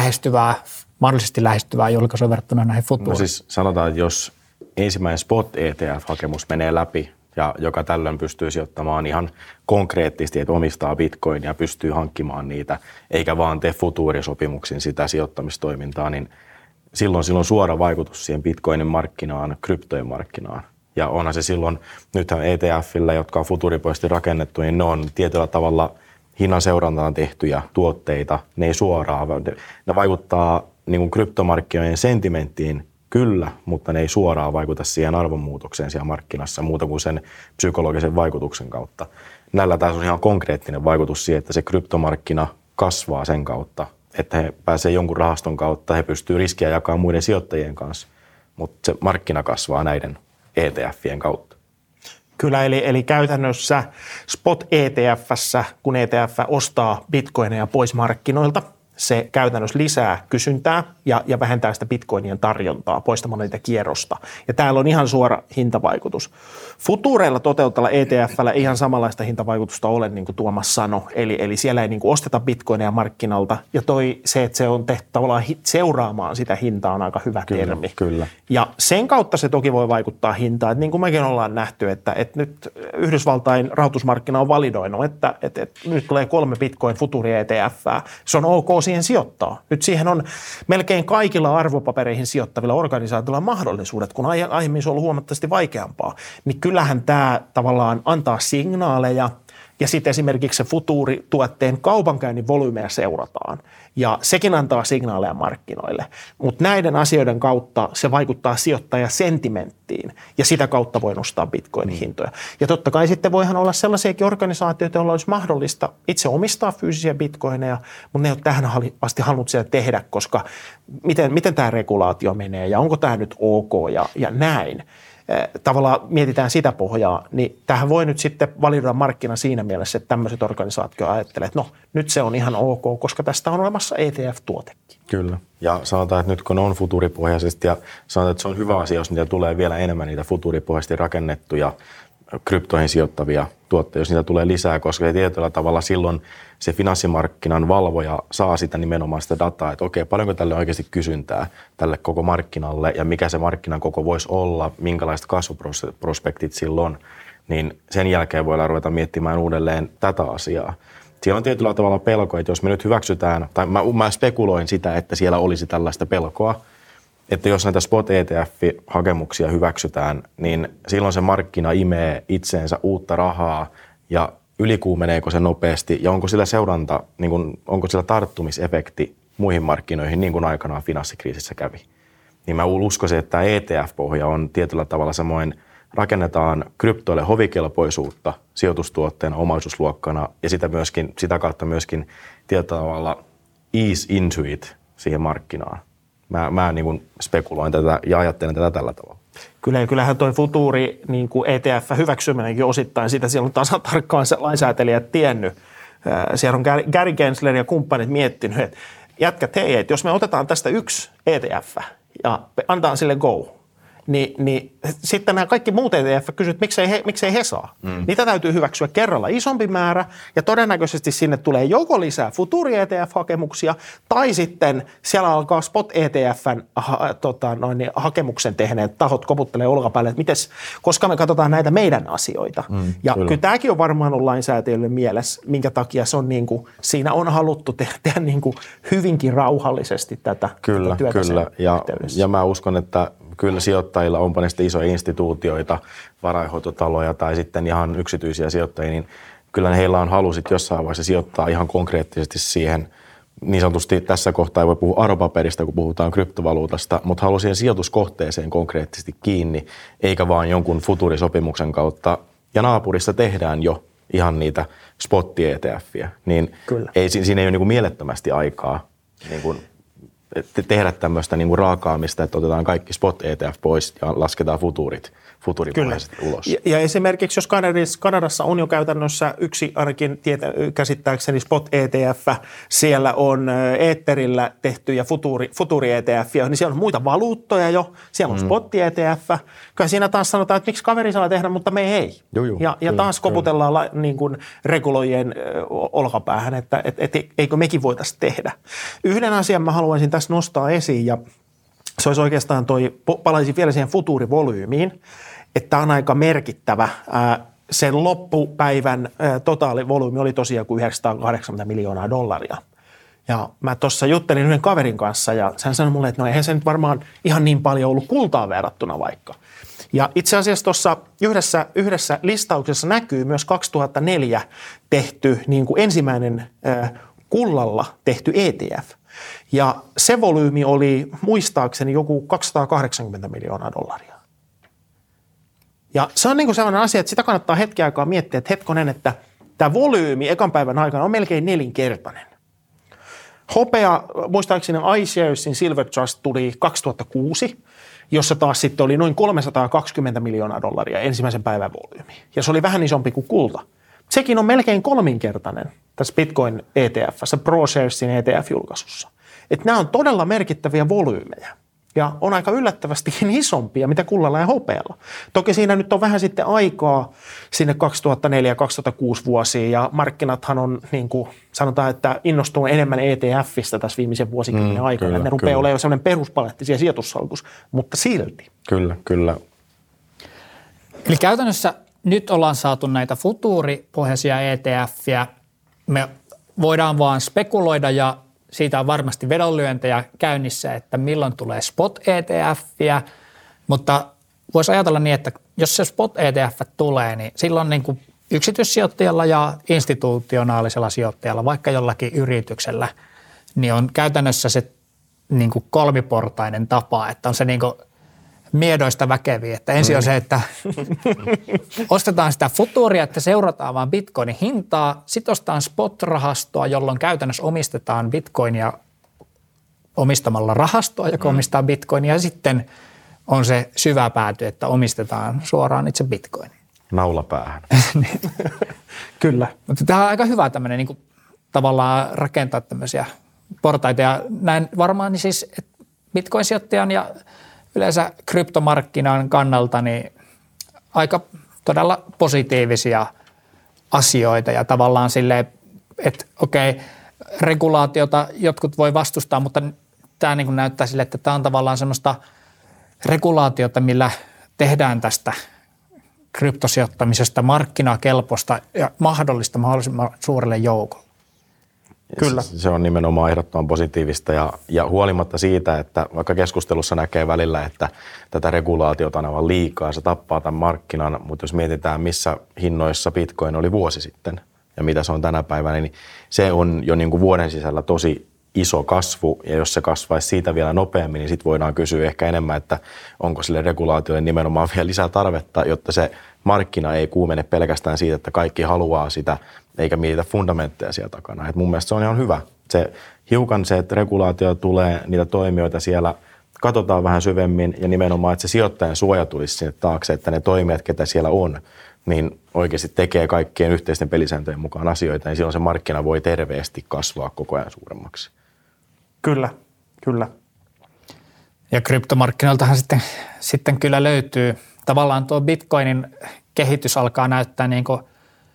[SPEAKER 1] mahdollisesti lähestyvää julkaisua verrattuna näihin futuuriin?
[SPEAKER 3] No siis sanotaan, että jos ensimmäinen spot ETF-hakemus menee läpi ja joka tällöin pystyy sijoittamaan ihan konkreettisesti, että omistaa bitcoin ja pystyy hankkimaan niitä, eikä vaan tee futuurisopimuksin sitä sijoittamistoimintaa, niin silloin on suora vaikutus siihen bitcoinin markkinaan, kryptojen markkinaan. Ja onhan se silloin, nythän ETFillä, jotka on futuuripohjaisesti rakennettu, niin ne on tietyllä tavalla hinnan seurantaan tehtyjä tuotteita. Ne ei suoraan, ne vaikuttaa niin kuin kryptomarkkinoiden sentimenttiin kyllä, mutta ne ei suoraan vaikuta siihen arvonmuutokseen siellä markkinassa muuta kuin sen psykologisen vaikutuksen kautta. Näillä taas on ihan konkreettinen vaikutus siihen, että se kryptomarkkina kasvaa sen kautta, että he pääsee jonkun rahaston kautta, he pystyy riskiä jakamaan muiden sijoittajien kanssa, mutta se markkina kasvaa näiden ETFien kautta.
[SPEAKER 2] Kyllä, eli käytännössä spot ETF:ssä, kun ETF ostaa bitcoineja pois markkinoilta, se käytännössä lisää kysyntää ja vähentää sitä bitcoinien tarjontaa poistamalla niitä kierrosta. Ja täällä on ihan suora hintavaikutus. Futuureilla toteutella ETF:llä ihan samanlaista hintavaikutusta ole, niin kuin Tuomas sanoi. Eli siellä ei niin kuin osteta bitcoineja markkinalta. Ja se, että se on tehty tavallaan seuraamaan sitä hintaa, on aika hyvä termi.
[SPEAKER 3] Kyllä.
[SPEAKER 2] Ja sen kautta se toki voi vaikuttaa hintaan. Että niin kuin mekin ollaan nähty, että nyt Yhdysvaltain rahoitusmarkkina on validoinut, että nyt tulee 3 bitcoin futuuri ETF:ää. Se on ok siihen sijoittaa. Nyt siihen on melkein kaikilla arvopapereihin sijoittavilla organisaatioilla mahdollisuudet, kun aiemmin se on ollut huomattavasti vaikeampaa. Niin kyllähän tämä tavallaan antaa signaaleja ja sitten esimerkiksi se futuurituotteen kaupankäynnin volyymeja seurataan. Ja sekin antaa signaaleja markkinoille. Mutta näiden asioiden kautta se vaikuttaa sijoittajasentimenttiin ja sitä kautta voi nostaa bitcoinin hintoja. Ja totta kai sitten voihan olla sellaisiakin organisaatioita, joilla olisi mahdollista itse omistaa fyysisiä bitcoineja, mutta ne ei ole tähän asti halunnut sitä tehdä, koska miten tämä regulaatio menee ja onko tämä nyt ok ja näin. Tavallaan mietitään sitä pohjaa, niin tähän voi nyt sitten validoida markkina siinä mielessä, että tämmöiset organisaatiot ajattelee, että no nyt se on ihan ok, koska tästä on olemassa ETF-tuotekin.
[SPEAKER 3] Kyllä. Ja sanotaan, että nyt kun on futuuripohjaisesti ja sanotaan, että se on hyvä asia, jos niitä tulee vielä enemmän niitä futuuripohjaisesti rakennettuja kryptoihin sijoittavia tuotteita, jos niitä tulee lisää, koska tietyllä tavalla silloin se finanssimarkkinan valvoja saa sitä nimenomaan sitä dataa, että okei, paljonko tälle on oikeasti kysyntää tälle koko markkinalle ja mikä se markkinan koko voisi olla, minkälaiset kasvuprospektit silloin, niin sen jälkeen voidaan ruveta miettimään uudelleen tätä asiaa. Siellä on tietyllä tavalla pelko, että jos me nyt hyväksytään, tai mä spekuloin sitä, että siellä olisi tällaista pelkoa, että jos näitä spot ETF-hakemuksia hyväksytään, niin silloin se markkina imee itseensä uutta rahaa ja ylikuumeneeko se nopeasti ja onko sillä seuranta, niin kuin, onko sillä tarttumisefekti muihin markkinoihin niin kuin aikanaan finanssikriisissä kävi. Niin mä uskoisin, että tämä ETF-pohja on tietyllä tavalla samoin, rakennetaan kryptoille hovikelpoisuutta sijoitustuotteena, omaisuusluokkana ja sitä kautta myöskin tietyllä tavalla ease into it siihen markkinaan. Mä niin kuin spekuloin tätä ja ajattelen tätä tällä tavalla.
[SPEAKER 2] Kyllähän toi futuuri niin kuin ETF-hyväksymänenkin osittain, sitä siellä on tasan tarkkaan lainsäätelijät tiennyt. Siellä on Gary Gensler ja kumppanit miettinyt, että jätkät, hei, että jos me otetaan tästä yksi ETF ja antaa sille go, niin sitten nämä kaikki muut ETF kysyvät, että miksei he saa. Niitä täytyy hyväksyä kerralla isompi määrä ja todennäköisesti sinne tulee joko lisää futuuri-ETF-hakemuksia tai sitten siellä alkaa spot ETFn hakemuksen tehneet tahot koputtelee olkapäälle, että koska me katsotaan näitä meidän asioita. Ja kyllä tämäkin on varmaan ollut lainsäätiöille mielessä, minkä takia se on niin kuin, siinä on haluttu tehdä niin kuin hyvinkin rauhallisesti tätä työtä.
[SPEAKER 3] Kyllä, ja mä uskon, että kyllä sijoittajilla, onpa ne sitten isoja instituutioita, varainhoitotaloja tai sitten ihan yksityisiä sijoittajia, niin kyllä heillä on halu sitten jossain vaiheessa sijoittaa ihan konkreettisesti siihen. Niin sanotusti tässä kohtaa ei voi puhua arvopaperista, kun puhutaan kryptovaluutasta, mutta haluaa siihen sijoituskohteeseen konkreettisesti kiinni, eikä vaan jonkun futurisopimuksen kautta. Ja naapurissa tehdään jo ihan niitä spotti-ETFiä, niin siinä ei ole niin kuin mielettömästi aikaa niin kuin tehdä tämmöistä niin kuin raakaamista, että otetaan kaikki spot-ETF pois ja lasketaan futuripohjaiset ulos.
[SPEAKER 2] Ja esimerkiksi jos Kanadassa on jo käytännössä yksi ainakin käsittääkseni spot-ETF, siellä on eetterillä tehtyjä futuri-ETF, niin siellä on muita valuuttoja jo, siellä on spot-ETF. Kyllä siinä taas sanotaan, että miksi kaveri saa tehdä, mutta me ei. Ja taas koputellaan niin kuin reguloijien olkapäähän, että eikö mekin voitaisi tehdä. Yhden asian mä haluaisin tässä nostaa esiin ja se olisi oikeastaan palaisin vielä siihen futuurivolyymiin, että tämä on aika merkittävä. Sen loppupäivän totaalivolyymi oli tosiaan kuin $980 miljoonaa. Ja mä tuossa juttelin yhden kaverin kanssa ja hän sanoi mulle, että no eihän se nyt varmaan ihan niin paljon ollut kultaa verrattuna vaikka. Ja itse asiassa tuossa yhdessä listauksessa näkyy myös 2004 tehty niin kuin ensimmäinen kullalla tehty ETF. Ja se volyymi oli muistaakseni joku $280 miljoonaa. Ja se on niin kuin sellainen asia, että sitä kannattaa hetken aikaa miettiä, että hetkonen, että tämä volyymi ekan päivän aikana on melkein 4-kertainen. Hopea, muistaakseni iSharesin Silver Trust tuli 2006, jossa taas sitten oli noin $320 miljoonaa ensimmäisen päivän volyymi. Ja se oli vähän isompi kuin kulta. Sekin on melkein 3-kertainen tässä Bitcoin ETF:ssä, ProSharesin ETF-julkaisussa. Että nämä on todella merkittäviä volyymejä ja on aika yllättävästikin isompia, mitä kullalla ja hopealla. Toki siinä nyt on vähän sitten aikaa sinne 2004-2006 vuosiin ja markkinathan on niin kuin sanotaan, että innostunut enemmän ETFistä tässä viimeisen vuosikymmenen aikana. Kyllä, ne rupeaa olemaan jo sellainen peruspaletti siellä sijoitussalkussa, mutta silti.
[SPEAKER 3] Kyllä.
[SPEAKER 1] Eli käytännössä nyt ollaan saatu näitä futuuripohjaisia ETFiä. Me voidaan vaan spekuloida ja siitä on varmasti vedonlyöntejä käynnissä, että milloin tulee spot-ETFiä, mutta voisi ajatella niin, että jos se spot-ETF tulee, niin silloin niin kuin yksityissijoittajalla ja institutionaalisella sijoittajalla, vaikka jollakin yrityksellä, niin on käytännössä se niin kuin kolmiportainen tapa, että on se niin kuin miedoista väkeviä, että ensin on se, että ostetaan sitä futuuria, että seurataan vaan bitcoinin hintaa, sitten ostetaan spot-rahastoa, jolloin käytännössä omistetaan bitcoinia omistamalla rahastoa, joka omistaa bitcoinia, ja sitten on se syvä pääty, että omistetaan suoraan itse bitcoinia.
[SPEAKER 3] Naula päähän.
[SPEAKER 2] Kyllä.
[SPEAKER 1] Mutta tämä on aika hyvä tämmöinen niin kuin tavallaan rakentaa tämmöisiä portaita, ja näin varmaan niin siis bitcoin-sijoittajan ja yleensä kryptomarkkinan kannalta niin aika todella positiivisia asioita ja tavallaan silleen, että okei, regulaatiota jotkut voi vastustaa, mutta tämä niin kuin näyttää sille, että tämä on tavallaan semmoista regulaatiota, millä tehdään tästä kryptosijoittamisesta markkinakelpoista ja mahdollista mahdollisimman suurelle joukolle.
[SPEAKER 3] Kyllä. Se on nimenomaan ehdottoman positiivista ja huolimatta siitä, että vaikka keskustelussa näkee välillä, että tätä regulaatiota on aivan liikaa, se tappaa tämän markkinan, mutta jos mietitään missä hinnoissa Bitcoin oli vuosi sitten ja mitä se on tänä päivänä, niin se on jo niin kuin vuoden sisällä tosi iso kasvu ja jos se kasvaisi siitä vielä nopeammin, niin sitten voidaan kysyä ehkä enemmän, että onko sille regulaatioille nimenomaan vielä lisää tarvetta, jotta se markkina ei kuumene pelkästään siitä, että kaikki haluaa sitä eikä mietitä fundamentteja siellä takana. Et mun mielestä se on ihan hyvä. Hiukan se, että regulaatio tulee, niitä toimijoita siellä katsotaan vähän syvemmin ja nimenomaan, että se sijoittajan suoja tulisi sinne taakse, että ne toimijat, ketä siellä on, niin oikeasti tekee kaikkien yhteisten pelisääntöjen mukaan asioita, niin silloin se markkina voi terveesti kasvaa koko ajan suuremmaksi.
[SPEAKER 2] Kyllä.
[SPEAKER 1] Ja kryptomarkkinoiltahan sitten kyllä löytyy. Tavallaan tuo Bitcoinin kehitys alkaa näyttää niin kuin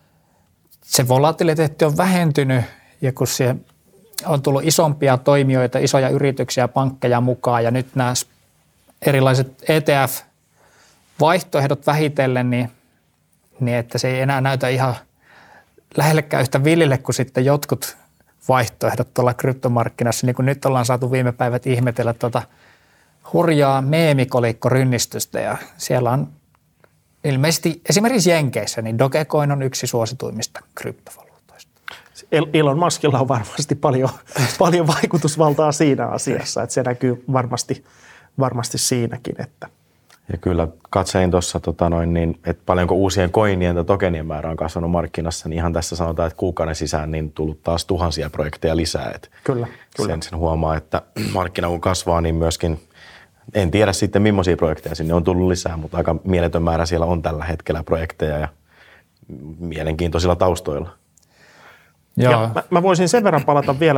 [SPEAKER 1] se volatiliteetti on vähentynyt ja kun siihen on tullut isompia toimijoita, isoja yrityksiä, pankkeja mukaan ja nyt nämä erilaiset ETF-vaihtoehdot vähitellen, niin että se ei enää näytä ihan lähellekään yhtä villille kuin sitten jotkut vaihtoehdot tuolla kryptomarkkinassa, niin kuin nyt ollaan saatu viime päivät ihmetellä hurjaa meemikolikkorynnistystä ja siellä on ilmeisesti esimerkiksi Jenkeissä, niin Dogecoin on yksi suosituimmista kryptovaluutoista.
[SPEAKER 2] Elon Muskilla on varmasti paljon vaikutusvaltaa siinä asiassa, että se näkyy varmasti siinäkin. Että.
[SPEAKER 3] Ja kyllä katselin tuossa, että paljonko uusien coinien tai tokenien määrä on kasvanut markkinassa, niin ihan tässä sanotaan, että kuukauden sisään niin tullut taas tuhansia projekteja lisää. Että
[SPEAKER 2] kyllä.
[SPEAKER 3] Sen huomaa, että markkina kun kasvaa, niin myöskin, en tiedä sitten millaisia projekteja sinne on tullut lisää, mutta aika mieletön määrä siellä on tällä hetkellä projekteja ja mielenkiintoisilla taustoilla.
[SPEAKER 2] Ja mä voisin sen verran palata vielä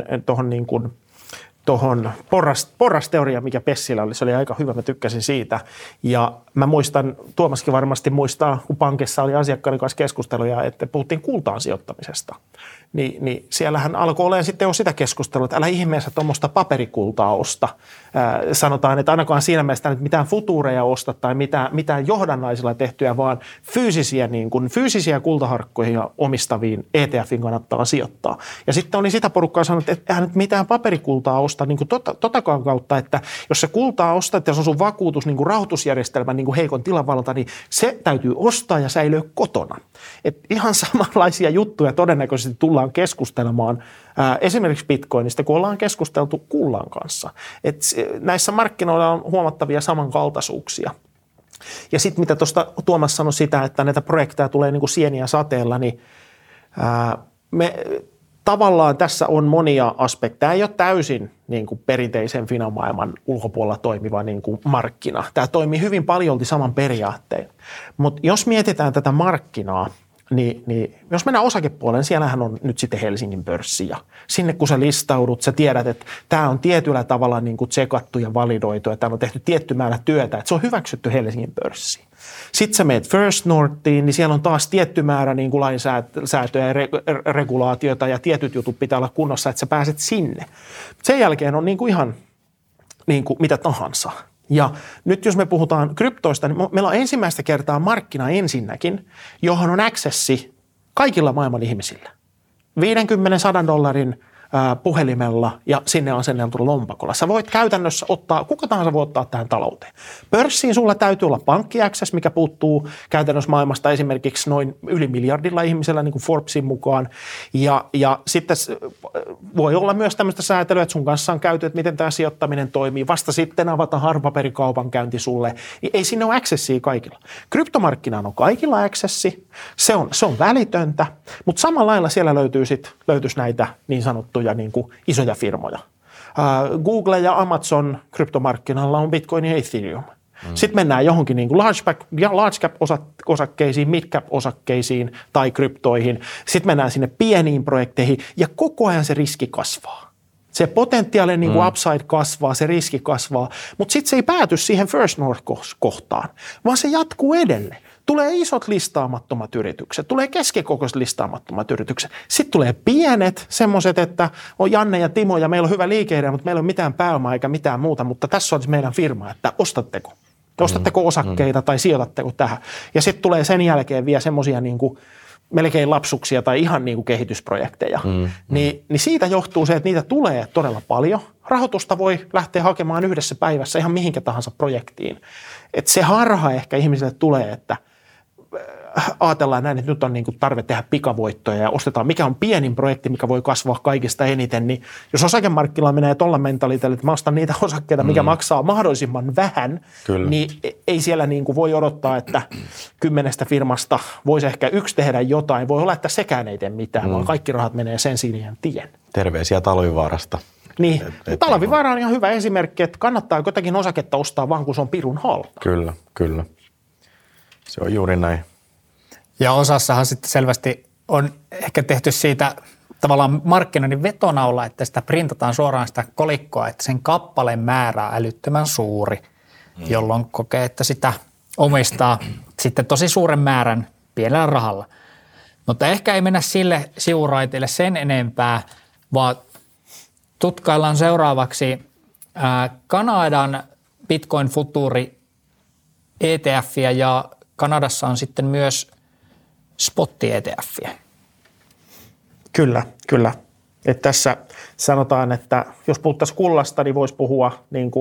[SPEAKER 2] tuohon porrasteoriaan, mikä Pessillä oli. Se oli aika hyvä, mä tykkäsin siitä. Ja mä muistan, Tuomaskin varmasti muistaa, kun pankissa oli asiakkaiden kanssa keskusteluja, että puhuttiin kultaan sijoittamisesta. Niin siellähän alkoi olemaan sitten jo sitä keskustelua, että älä ihmeessä tuommoista paperikultaa osta. Sanotaan, että ainakaan siinä mielessä nyt mitään futuureja osta tai mitään johdannaisilla tehtyjä, vaan fyysisiä kultaharkkoja omistaviin ETFin kannattaa sijoittaa. Ja sitten oli sitä porukkaa sanonut, että eihän nyt mitään paperikultaa osta niin totakaan kautta, että jos se kultaa ostat ja se on sun vakuutus niin rahoitusjärjestelmän niin heikon tilan valta, niin se täytyy ostaa ja säilyä kotona. Et ihan samanlaisia juttuja todennäköisesti tullaan keskustelemaan esimerkiksi Bitcoinista, kun ollaan keskusteltu kullan kanssa. Et näissä markkinoilla on huomattavia samankaltaisuuksia. Ja sitten mitä tuosta Tuomas sanoi sitä, että näitä projekteja tulee niin kuin sieniä sateella, niin tavallaan tässä on monia aspekteja. Tämä ei ole täysin niin kuin perinteisen finamaailman ulkopuolella toimiva niin kuin markkina. Tämä toimii hyvin paljolti saman periaatteen. Mutta jos mietitään tätä markkinaa, niin jos mennään osakepuoleen, siellähän on nyt sitten Helsingin pörssi ja sinne kun sä listaudut, sä tiedät, että tämä on tietyllä tavalla niin kuin tsekattu ja validoitu ja täällä on tehty tietty määrä työtä, että se on hyväksytty Helsingin pörssiin. Sitten sä meet First Northiin, niin siellä on taas tietty määrä niin kuin lainsäätöjä ja regulaatioita ja tietyt jutut pitää olla kunnossa, että sä pääset sinne. Sen jälkeen on niin kuin ihan niin kuin mitä tahansa. Ja nyt jos me puhutaan kryptoista, niin meillä on ensimmäistä kertaa markkina ensinnäkin, johon on accessi kaikilla maailman ihmisillä. 50-100 $, puhelimella ja sinne asenneltulla lompakolla. Sä voit käytännössä ottaa, kuka tahansa voi ottaa tähän talouteen. Pörssiin sulla täytyy olla pankki-access, mikä puuttuu käytännössä maailmasta esimerkiksi noin yli miljardilla ihmisellä, niin kuin Forbesin mukaan. Ja sitten voi olla myös tämmöistä säätelyä, että sun kanssa on käyty, että miten tämä sijoittaminen toimii. Vasta sitten avata harpaperikaupankäynti sulle. Niin ei sinne ole accessia kaikilla. Kryptomarkkinaan on kaikilla accessi. Se on välitöntä, mutta samalla lailla siellä löytyisi näitä niin sanottuja niin kuin isoja firmoja. Google ja Amazon kryptomarkkinalla on Bitcoin ja Ethereum. Sitten mennään johonkin niin kuin large cap osakkeisiin, mid cap osakkeisiin tai kryptoihin. Sitten mennään sinne pieniin projekteihin ja koko ajan se riski kasvaa. Se potentiaalinen niin kuin upside kasvaa, se riski kasvaa, mutta sitten se ei pääty siihen First North-kohtaan, vaan se jatkuu edelleen. Tulee isot listaamattomat yritykset, tulee keskikokoiset listaamattomat yritykset. Sitten tulee pienet semmoiset, että on Janne ja Timo ja meillä on hyvä liikeidea, mutta meillä ei ole mitään pääomaa eikä mitään muuta, mutta tässä on meidän firma, että ostatteko? Ostatteko osakkeita tai sijoitatteko tähän? Ja sitten tulee sen jälkeen vielä semmoisia niin kuin melkein lapsuksia tai ihan niin kuin kehitysprojekteja. Niin siitä johtuu se, että niitä tulee todella paljon. Rahoitusta voi lähteä hakemaan yhdessä päivässä ihan mihinkä tahansa projektiin. Et se harha ehkä ihmisille tulee, että ajatellaan näin, että nyt on niin kuin tarve tehdä pikavoittoja ja ostetaan, mikä on pienin projekti, mikä voi kasvaa kaikista eniten, niin jos osakemarkkinoilla menee tuolla mentaliteetillä, että mä ostan niitä osakkeita, mikä maksaa mahdollisimman vähän, niin ei siellä niin kuin voi odottaa, että 10 firmasta voisi ehkä yksi tehdä jotain. Voi olla, että sekään ei tee mitään, vaan kaikki rahat menee sen sinien tien.
[SPEAKER 3] Terveisiä Talvivaarasta.
[SPEAKER 2] Niin, Talvivaara on ihan hyvä esimerkki, että kannattaa jotakin osaketta ostaa vaan, kun se on pirun halpa.
[SPEAKER 3] Kyllä. Se on juuri näin. Ja
[SPEAKER 1] osassahan sitten selvästi on ehkä tehty siitä tavallaan markkinoinnin vetonaula, että sitä printataan suoraan sitä kolikkoa, että sen kappaleen määrä on älyttömän suuri, jolloin kokee, että sitä omistaa sitten tosi suuren määrän pienellä rahalla. Mutta ehkä ei mennä sille sivuraiteille sen enempää, vaan tutkaillaan seuraavaksi Kanadan Bitcoin Futuri ETF:iä ja Kanadassa on sitten myös spotti-ETF:iä.
[SPEAKER 2] Kyllä. Että tässä sanotaan, että jos puhuttaisiin kullasta, niin voisi puhua niin kuin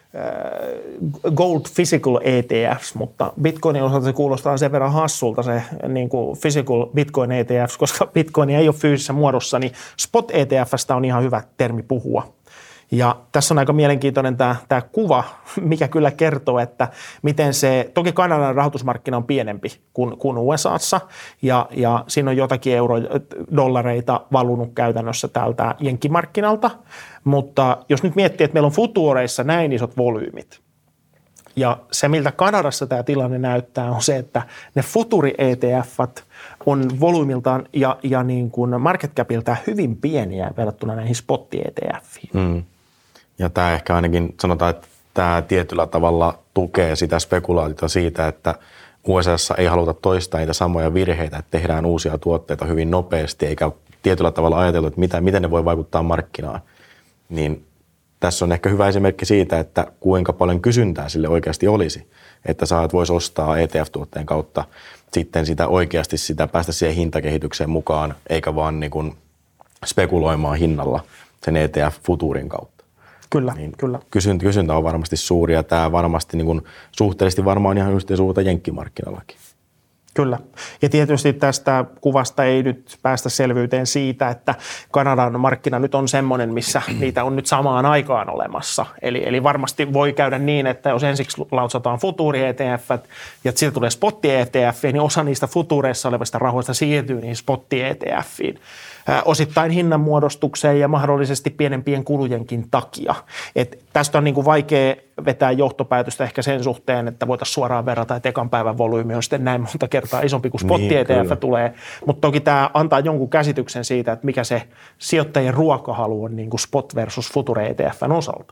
[SPEAKER 2] gold physical ETFs, mutta Bitcoinin osalta se kuulostaa sen verran hassulta se niin kuin physical Bitcoin ETFs, koska Bitcoin ei ole fyysisessä muodossa, niin spot ETFstä on ihan hyvä termi puhua. Ja tässä on aika mielenkiintoinen tämä kuva, mikä kyllä kertoo, että miten se, toki Kanadan rahoitusmarkkina on pienempi kuin USAssa ja siinä on jotakin dollareita valunut käytännössä täältä jenkkimarkkinalta, mutta jos nyt miettii, että meillä on futuureissa näin isot volyymit ja se miltä Kanadassa tämä tilanne näyttää on se, että ne futuri-ETF:t on volyymiltaan ja niin kuin market capiltaan hyvin pieniä verrattuna näihin spotti-ETFiin.
[SPEAKER 3] Ja tämä ehkä ainakin sanotaan, että tämä tietyllä tavalla tukee sitä spekulaatiota siitä, että USAssa ei haluta toistaa niitä samoja virheitä, että tehdään uusia tuotteita hyvin nopeasti, eikä tietyllä tavalla ajateltu, että miten ne voi vaikuttaa markkinaan. Niin tässä on ehkä hyvä esimerkki siitä, että kuinka paljon kysyntää sille oikeasti olisi, että sä voisi ostaa ETF-tuotteen kautta sitten sitä oikeasti päästä siihen hintakehitykseen mukaan, eikä vaan niin kuin spekuloimaan hinnalla sen ETF-futuurin kautta.
[SPEAKER 2] Kyllä,
[SPEAKER 3] niin
[SPEAKER 2] kyllä.
[SPEAKER 3] Kysyntä on varmasti suuri ja tämä varmasti niin kuin suhteellisesti varmaan ihan just suurta jenkkimarkkinallakin.
[SPEAKER 2] Kyllä. Ja tietysti tästä kuvasta ei nyt päästä selvyyteen siitä, että Kanadan markkina nyt on semmoinen, missä niitä on nyt samaan aikaan olemassa. Eli varmasti voi käydä niin, että jos ensiksi launchataan futuuri-ETF ja siitä tulee spotti-ETF, niin osa niistä futuureissa olevista rahoista siirtyy niihin spotti-ETFiin. Osittain hinnanmuodostukseen ja mahdollisesti pienempien kulujenkin takia. Et tästä on niin kuin vaikea vetää johtopäätöstä ehkä sen suhteen, että voitaisiin suoraan verrata, että ekan päivän volyymi on sitten näin monta kertaa isompi kuin spotti-ETF tulee. Mutta toki tämä antaa jonkun käsityksen siitä, että mikä se sijoittajien ruokahalu on niin kuin spot versus future ETF:n osalta.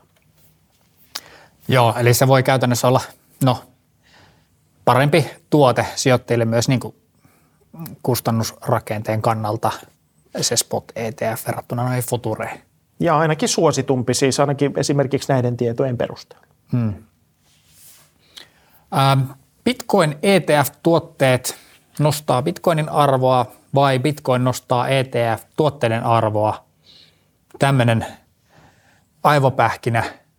[SPEAKER 1] Joo, eli se voi käytännössä olla parempi tuote sijoittajille myös niin kuin kustannusrakenteen kannalta se spot ETF verrattuna noihin futureihin.
[SPEAKER 2] Ja ainakin suositumpi, siis ainakin esimerkiksi näiden tietojen perusteella.
[SPEAKER 1] Bitcoin ETF-tuotteet nostaa Bitcoinin arvoa vai Bitcoin nostaa ETF-tuotteiden arvoa? Tämmöinen aivopähkinä.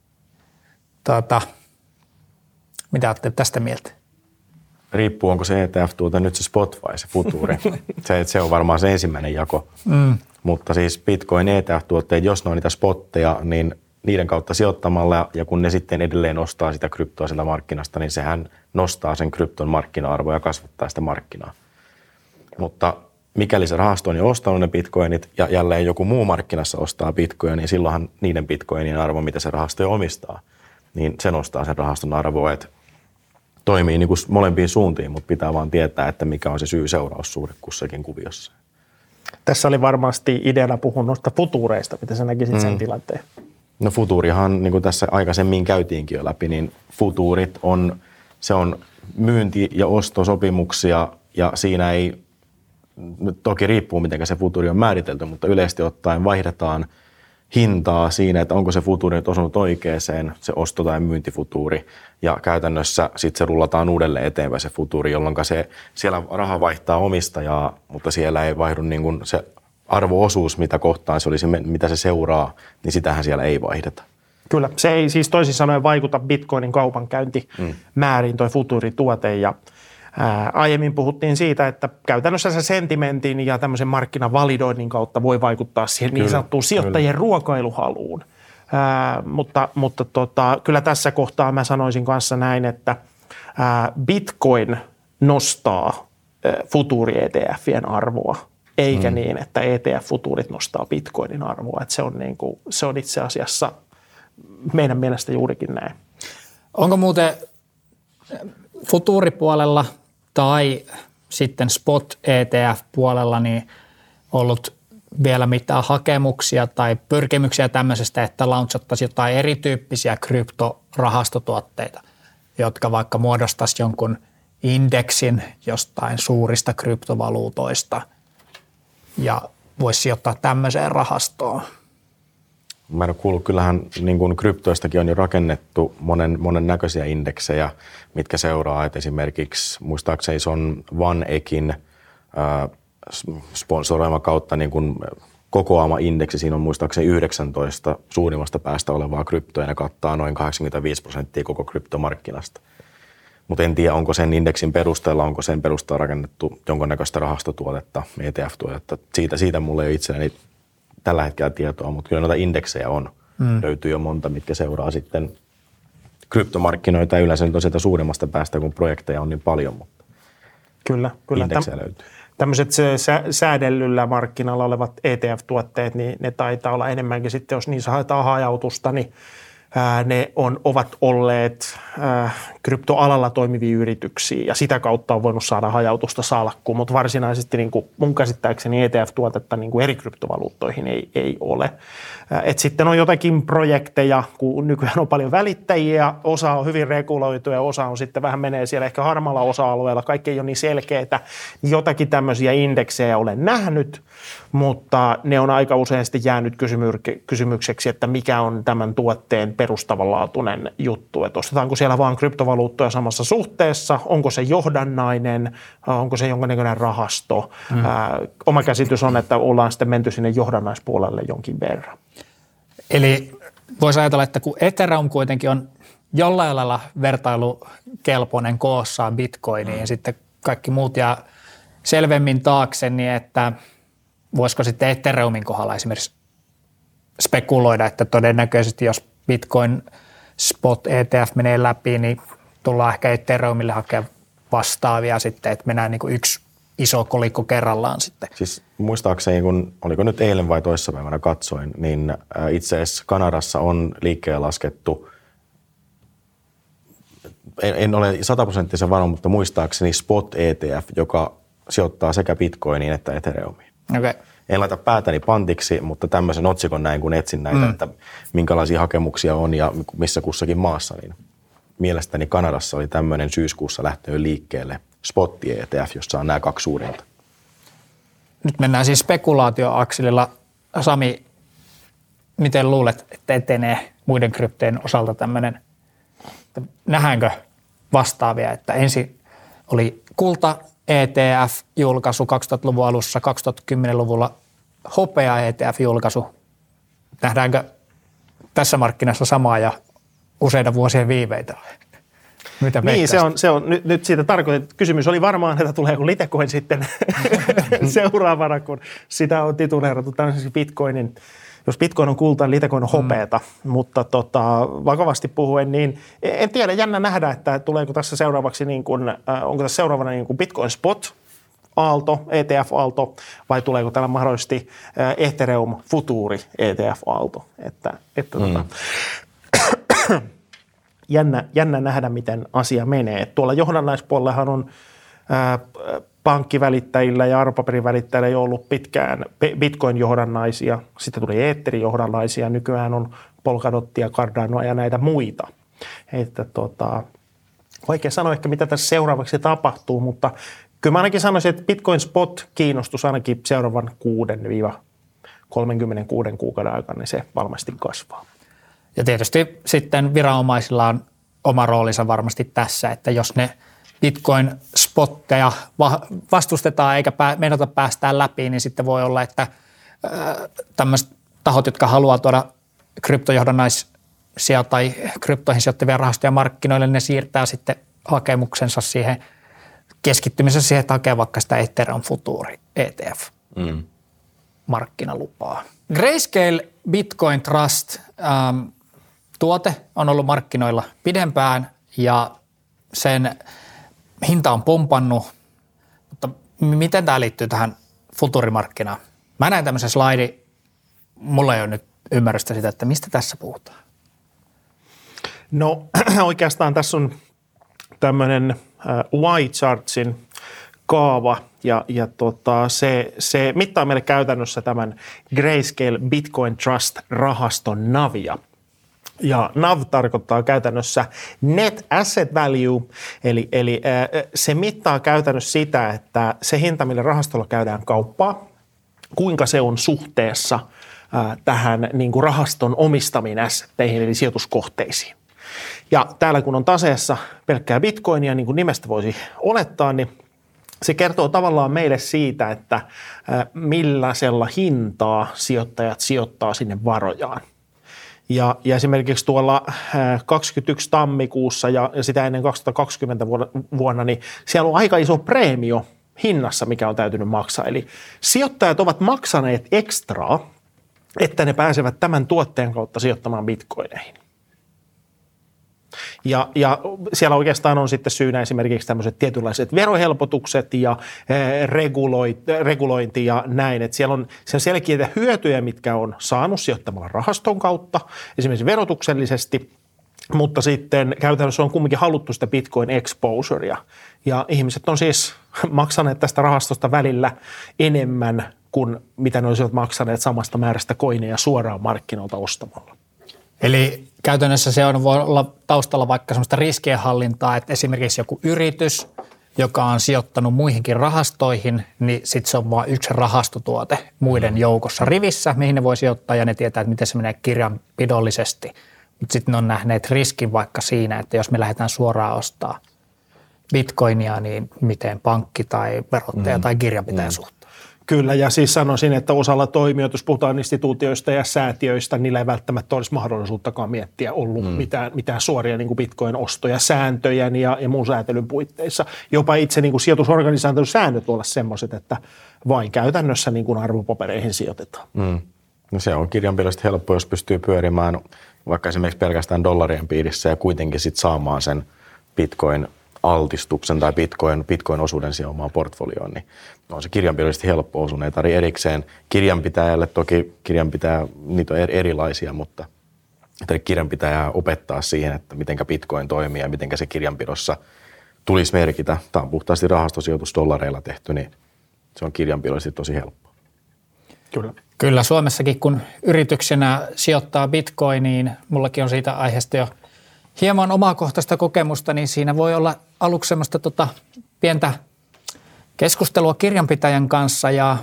[SPEAKER 1] Mitä olette tästä mieltä?
[SPEAKER 3] Riippuu, onko se ETF-tuote nyt se spot vai se futuuri. se on varmaan se ensimmäinen jako. Mutta siis Bitcoin ETF-tuotteet, jos ne on niitä spotteja, niin niiden kautta sijoittamalla ja kun ne sitten edelleen nostaa sitä kryptoa sieltä markkinasta, niin sehän nostaa sen krypton markkina-arvoa ja kasvattaa sitä markkinaa. Mutta mikäli se rahasto on jo ostanut ne bitcoinit ja jälleen joku muu markkinassa ostaa bitcoinia, niin silloinhan niiden bitcoinien arvo, mitä se rahasto jo omistaa, niin se nostaa sen rahaston arvoa, että toimii niin kuin molempiin suuntiin, mutta pitää vaan tietää, että mikä on se syy-seuraussuhde kussakin kuviossa.
[SPEAKER 2] Tässä oli varmasti ideana puhua noista futuureista, mitä sä näkisit sen tilanteen?
[SPEAKER 3] No futuurihan, niin kuin tässä aikaisemmin käytiinkin jo läpi, niin futuurit on myynti- ja ostosopimuksia ja siinä ei, toki riippuu miten se futuuri on määritelty, mutta yleisesti ottaen vaihdetaan hintaa siinä, että onko se futuuri nyt osunut oikeeseen, se osto- tai myyntifutuuri, ja käytännössä sitten se rullataan uudelleen eteenpäin se futuuri, jolloin siellä raha vaihtaa omistajaa, mutta siellä ei vaihdu niin kuin se arvoosuus, mitä kohtaan se olisi, mitä se seuraa, niin sitähän siellä ei vaihdeta.
[SPEAKER 2] Kyllä, se ei siis toisin sanoen vaikuta Bitcoinin kaupankäyntimääriin toi futuurituote ja aiemmin puhuttiin siitä, että käytännössä se sentimentin ja tämmöisen markkinavalidoinnin kautta voi vaikuttaa siihen niin sanottuun sijoittajien ruokailuhaluun. Mutta kyllä tässä kohtaa mä sanoisin kanssa näin, että Bitcoin nostaa futuuri-ETFien arvoa, eikä niin, että ETF-futuurit nostaa Bitcoinin arvoa. Että se on itse asiassa meidän mielestä juurikin näin.
[SPEAKER 1] Onko muuten futuuripuolella tai sitten spot ETF-puolella niin ollut vielä mitään hakemuksia tai pyrkimyksiä tämmöisestä, että launchattaisiin jotain erityyppisiä kryptorahastotuotteita, jotka vaikka muodostaisi jonkun indeksin jostain suurista kryptovaluutoista ja voisi sijoittaa tämmöiseen rahastoon?
[SPEAKER 3] Mä en ole kuullut, kyllähän niin kuin kryptoistakin on jo rakennettu monen näköisiä indeksejä, mitkä seuraa, että esimerkiksi muistaakseni se on OneEkin sponsoroima kautta niin kuin kokoama indeksi. Siinä on muistaakseni 19 suurimmasta päästä olevaa kryptoa ja ne kattaa noin 85% koko kryptomarkkinasta. Mutta en tiedä, onko sen indeksin perusteella, onko sen perusteella rakennettu jonkinnäköistä rahastotuotetta, ETF-tuotetta. Siitä mulla ei ole itselläni tällä hetkellä tietoa, mutta kyllä noita indeksejä on. Löytyy jo monta, mitkä seuraa sitten kryptomarkkinoita. Yleensä nyt on sieltä suuremmasta päästä, kun projekteja on niin paljon, mutta
[SPEAKER 2] kyllä.
[SPEAKER 3] indeksejä löytyy.
[SPEAKER 2] Tämmöiset säädellyllä markkinalla olevat ETF-tuotteet, niin ne taitaa olla enemmänkin sitten, jos niissä haetaan hajautusta, niin ne ovat olleet kryptoalalla toimivia yrityksiä ja sitä kautta on voinut saada hajautusta salkkuun, mutta varsinaisesti niin kuin mun käsittääkseni ETF-tuotetta niin kuin eri kryptovaluuttoihin ei ole. Et sitten on jotakin projekteja, kun nykyään on paljon välittäjiä, osa on hyvin reguloitu ja osa on sitten vähän menee siellä ehkä harmaalla osa-alueella, kaikki ei ole niin selkeitä, niin jotakin tämmöisiä indeksejä olen nähnyt, mutta ne on aika usein sitten jäänyt kysymykseksi, että mikä on tämän tuotteen perustavanlaatuinen juttu, että ostetaanko siellä vaan kryptovaluuttoja samassa suhteessa, onko se johdannainen, onko se jonkinnäköinen rahasto. Oma käsitys on, että ollaan sitten menty sinne johdannaispuolelle jonkin verran.
[SPEAKER 1] Eli voisi ajatella, että kun Ethereum kuitenkin on jollain lailla vertailukelpoinen koossaan Bitcoiniin ja sitten kaikki muut jää selvemmin taakse, niin että voisiko sitten Ethereumin kohdalla esimerkiksi spekuloida, että todennäköisesti jos Bitcoin Spot ETF menee läpi, niin tullaan ehkä Ethereumille hakemaan vastaavia sitten, että mennään niin kuin yksi iso kolikko kerrallaan sitten.
[SPEAKER 3] Siis muistaakseni, kun oliko nyt eilen vai toissapäivänä katsoin, niin itse asiassa Kanadassa on liikkeelle laskettu, en ole 100% varma, mutta muistaakseni Spot ETF, joka sijoittaa sekä Bitcoiniin että Ethereumiin.
[SPEAKER 1] Okay.
[SPEAKER 3] En laita päätäni pantiksi, mutta tämmöisen otsikon näin, kun etsin näitä, että minkälaisia hakemuksia on ja missä kussakin maassa, niin mielestäni Kanadassa oli tämmöinen syyskuussa lähtenyt liikkeelle Spotti ETF, jossa on nämä kaksi suurinta.
[SPEAKER 1] Nyt mennään siis spekulaatioakselilla. Sami, miten luulet, että etenee muiden kryptojen osalta tämmöinen, nähdäänkö vastaavia, että ensin oli kulta ETF-julkaisu 2000-luvun alussa, 2010-luvulla hopea ETF-julkaisu. Nähdäänkö tässä markkinassa samaa ja useita vuosien viiveitä? Mitä
[SPEAKER 2] niin, se on nyt siitä tarkoitettu. Kysymys oli varmaan, että tuleeko Litecoin sitten seuraavana, kun sitä on tituleerattu tämmöiseksi Bitcoinin. Jos Bitcoin on kulta, Litecoin on hopeata, mutta vakavasti puhuen, niin en tiedä, jännä nähdä, että tuleeko tässä seuraavaksi, niin kuin, onko tässä seuraavana niin kuin Bitcoin Spot aalto, ETF-aalto, vai tuleeko täällä mahdollisesti Ethereum Futuri ETF-aalto, jännä nähdä, miten asia menee. Tuolla johdannaispuolellahan on pankkivälittäjillä ja arvopaperivälittäjillä ei ollut pitkään Bitcoin-johdannaisia, sitten tuli Ethereum-johdannaisia, nykyään on Polkadottia, Cardanoa ja näitä muita. Että vaikea sanoa ehkä, mitä tässä seuraavaksi tapahtuu, mutta kyllä mä ainakin sanoisin, että Bitcoin Spot-kiinnostus ainakin seuraavan 6-36 kuukauden aikana, niin se varmasti kasvaa.
[SPEAKER 1] Ja tietysti sitten viranomaisilla on oma roolinsa varmasti tässä, että jos ne Bitcoin-spotteja vastustetaan eikä meinata päästään läpi, niin sitten voi olla, että tämmöiset tahot, jotka haluaa tuoda kryptojohdannaisia tai kryptoihin sijoittavia rahastoja markkinoille, ne siirtää sitten hakemuksensa siihen keskittymisessä siihen, että hakee vaikka sitä Ethereum Futuri ETF-markkinalupaa. Grayscale Bitcoin Trust tuote on ollut markkinoilla pidempään ja sen hinta on pompannut, mutta miten tämä liittyy tähän futurimarkkinaan? Mä näen tämmöisen slaidin, mulla ei ole nyt ymmärrystä sitä, että mistä tässä puhutaan.
[SPEAKER 2] No oikeastaan tässä on tämmöinen Y-chartsin kaava ja se mittaa meille käytännössä tämän Grayscale Bitcoin Trust rahaston NAVia. Ja NAV tarkoittaa käytännössä Net Asset Value, eli se mittaa käytännössä sitä, että se hinta, millä rahastolla käydään kauppaa, kuinka se on suhteessa tähän niin kuin rahaston omistamiin assetteihin, eli sijoituskohteisiin. Ja täällä kun on taseessa pelkkää bitcoinia, niin kuin nimestä voisi olettaa, niin se kertoo tavallaan meille siitä, että millaisella hintaa sijoittajat sijoittaa sinne varojaan. Ja esimerkiksi tuolla 2021 tammikuussa ja sitä ennen 2020 vuonna, niin siellä on aika iso preemio hinnassa, mikä on täytynyt maksaa. Eli sijoittajat ovat maksaneet ekstraa, että ne pääsevät tämän tuotteen kautta sijoittamaan bitcoineihin. Ja siellä oikeastaan on sitten syynä esimerkiksi tämmöiset tietynlaiset verohelpotukset ja regulointi ja näin. Että siellä on selkeitä hyötyjä, mitkä on saanut sijoittamalla rahaston kautta, esimerkiksi verotuksellisesti, mutta sitten käytännössä on kumminkin haluttu sitä bitcoin exposurea. Ja ihmiset on siis maksaneet tästä rahastosta välillä enemmän kuin mitä ne olisivat maksaneet samasta määrästä koineja suoraan markkinoilta ostamalla.
[SPEAKER 1] Eli käytännössä se voi olla taustalla vaikka sellaista riskienhallintaa, että esimerkiksi joku yritys, joka on sijoittanut muihinkin rahastoihin, niin sitten se on vain yksi rahastotuote muiden joukossa rivissä, mihin ne voi sijoittaa ja ne tietää, että miten se menee kirjanpidollisesti. Mutta sitten ne on nähneet riskin vaikka siinä, että jos me lähdetään suoraan ostaa bitcoinia, niin miten pankki tai verottaja tai kirjanpitäjä suhtautuu.
[SPEAKER 2] Kyllä, ja siis sanoisin, että osalla toimijoita, jos puhutaan instituutioista ja säätiöistä, niillä ei välttämättä olisi mahdollisuuttakaan miettiä ollut mitään suoria niin kuin bitcoin-ostoja sääntöjen ja muun säätelyn puitteissa. Jopa itse niin kuin sijoitusorganisaation säännöt olla sellaiset, että vain käytännössä niin kuin arvopapereihin sijoitetaan.
[SPEAKER 3] No se on kirjanpidollisesti helppo, jos pystyy pyörimään vaikka esimerkiksi pelkästään dollarien piirissä ja kuitenkin sit saamaan sen bitcoin-altistuksen tai bitcoin-osuuden siihen omaan portfolioon, niin on se kirjanpidollisesti helppo osuus. Ei tarvitse erikseen kirjanpitäjälle, toki niitä on erilaisia, mutta kirjanpitäjää opettaa siihen, että miten bitcoin toimii ja miten se kirjanpidossa tulisi merkitä. Tämä on puhtaasti rahastosijoitus dollareilla tehty, niin se on kirjanpidollisesti tosi helppo.
[SPEAKER 1] Kyllä, Suomessakin kun yrityksenä sijoittaa bitcoiniin, mullakin on siitä aiheesta jo hieman omakohtaista kokemusta, niin siinä voi olla aluksi semmoista pientä keskustelua kirjanpitäjän kanssa ja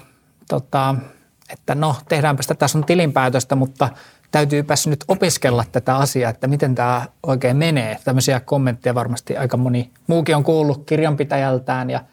[SPEAKER 1] että no tehdäänpä sitä, tässä on tilinpäätöstä, mutta täytyypäs nyt opiskella tätä asiaa, että miten tämä oikein menee. Tämmöisiä kommentteja varmasti aika moni muukin on kuullut kirjanpitäjältään ja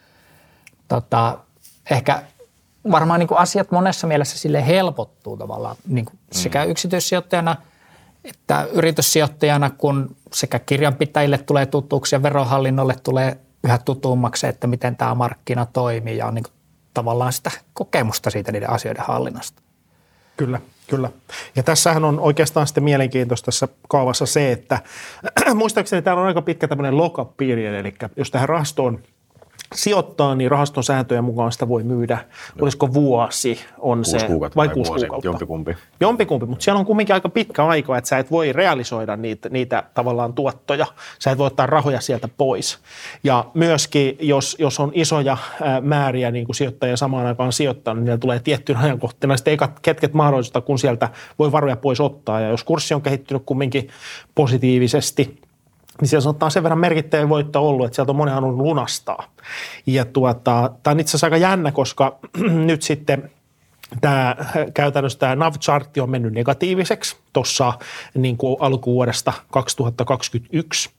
[SPEAKER 1] ehkä varmaan niin kuin asiat monessa mielessä sille helpottuu tavallaan niin kuin sekä yksityissijoittajana että yrityssijoittajana, kun sekä kirjanpitäjille tulee tutuksi ja verohallinnolle tulee yhä tutummaksi, että miten tämä markkina toimii ja on niin kuin tavallaan sitä kokemusta siitä niiden asioiden hallinnasta.
[SPEAKER 2] Kyllä. Ja tässähän on oikeastaan sitten mielenkiintoista tässä kaavassa se, että muistaakseni täällä on aika pitkä tämmöinen lock-up period, eli jos tähän rahastoon sijoittaa, niin rahaston sääntöjen mukaan sitä voi myydä. Olisiko vuosi on
[SPEAKER 3] 6
[SPEAKER 2] se,
[SPEAKER 3] kuukautta
[SPEAKER 2] vai 6 kuukautta? Jompikumpi, mutta siellä on kumminkin aika pitkä aika, että sä et voi realisoida niitä tavallaan tuottoja. Sä et voi ottaa rahoja sieltä pois. Ja myöskin, jos on isoja määriä niin kuin sijoittajia samaan aikaan sijoittaa, niin niillä tulee tiettyyn ajankohtina sitten ekat ketket mahdollista, kun sieltä voi varoja pois ottaa. Ja jos kurssi on kehittynyt kumminkin positiivisesti, niin siellä on sen verran merkittävä voitto ollut, että sieltä on moni halunnut lunastaa. Ja tämä on itse asiassa aika jännä, koska nyt sitten käytännössä tämä NAV-chartti on mennyt negatiiviseksi tuossa niin kuin alkuvuodesta 2021.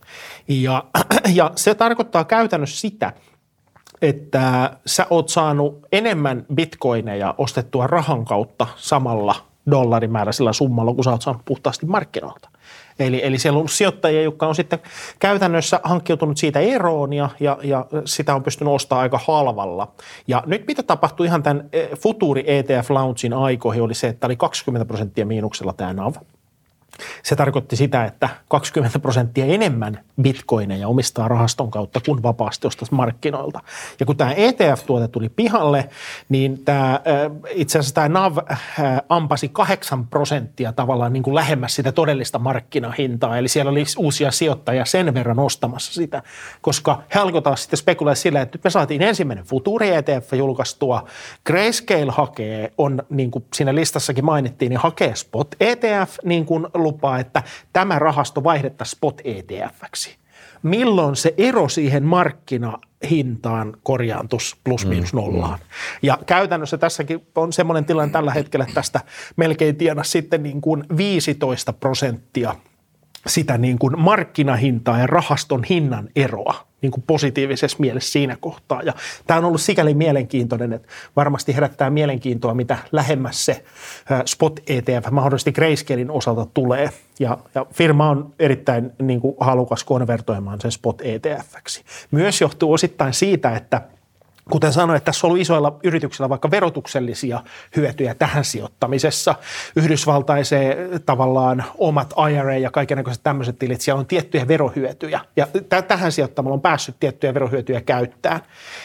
[SPEAKER 2] Ja se tarkoittaa käytännössä sitä, että sä oot saanut enemmän bitcoineja ostettua rahan kautta samalla dollarimääräisellä summalla, kun sä oot saanut puhtaasti markkinoilta. Eli siellä on ollut sijoittajia, jotka on sitten käytännössä hankkiutunut siitä eroon ja sitä on pystynyt ostamaan aika halvalla. Ja nyt mitä tapahtui ihan tämän Futuri ETF Launching aikoihin oli se, että oli 20% miinuksella tämä NAV. Se tarkoitti sitä, että 20% enemmän bitcoineja omistaa rahaston kautta kuin vapaasti ostaisi markkinoilta. Ja kun tämä ETF-tuote tuli pihalle, niin itse asiassa tämä NAV ampasi 8% tavallaan niin kuin lähemmäs sitä todellista markkinahintaa. Eli siellä oli uusia sijoittajia sen verran ostamassa sitä, koska he alkoivat sitten spekuloida sillä, että nyt me saatiin ensimmäinen Futuri ETF julkaistua. Grayscale hakee, on niin kuin siinä listassakin mainittiin, niin hakee Spot ETF niin kuin lupaa, että tämä rahasto vaihdettaisiin Spot ETF:ksi. Milloin se ero siihen markkinahintaan korjaantus plus miinus nollaan? Ja käytännössä tässäkin on semmoinen tilanne tällä hetkellä, että tästä melkein tienasi sitten niin kuin 15% sitä niin kuin markkinahintaa ja rahaston hinnan eroa niin kuin positiivisessa mielessä siinä kohtaa. Ja tämä on ollut sikäli mielenkiintoinen, että varmasti herättää mielenkiintoa, mitä lähemmäs se spot ETF mahdollisesti Grayscalein osalta tulee. Ja firma on erittäin niin kuin halukas konvertoimaan sen spot ETF:ksi. Myös johtuu osittain siitä, että kuten sanoin, että tässä on ollut isoilla yrityksillä vaikka verotuksellisia hyötyjä tähän sijoittamisessa. Yhdysvaltaiseen tavallaan omat IRA ja kaikennäköiset tämmöiset tilit, siellä on tiettyjä verohyötyjä. Ja tähän sijoittamalla on päässyt tiettyjä verohyötyjä käyttämään.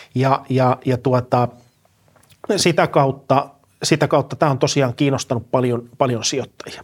[SPEAKER 2] Sitä kautta tämä on tosiaan kiinnostanut paljon sijoittajia.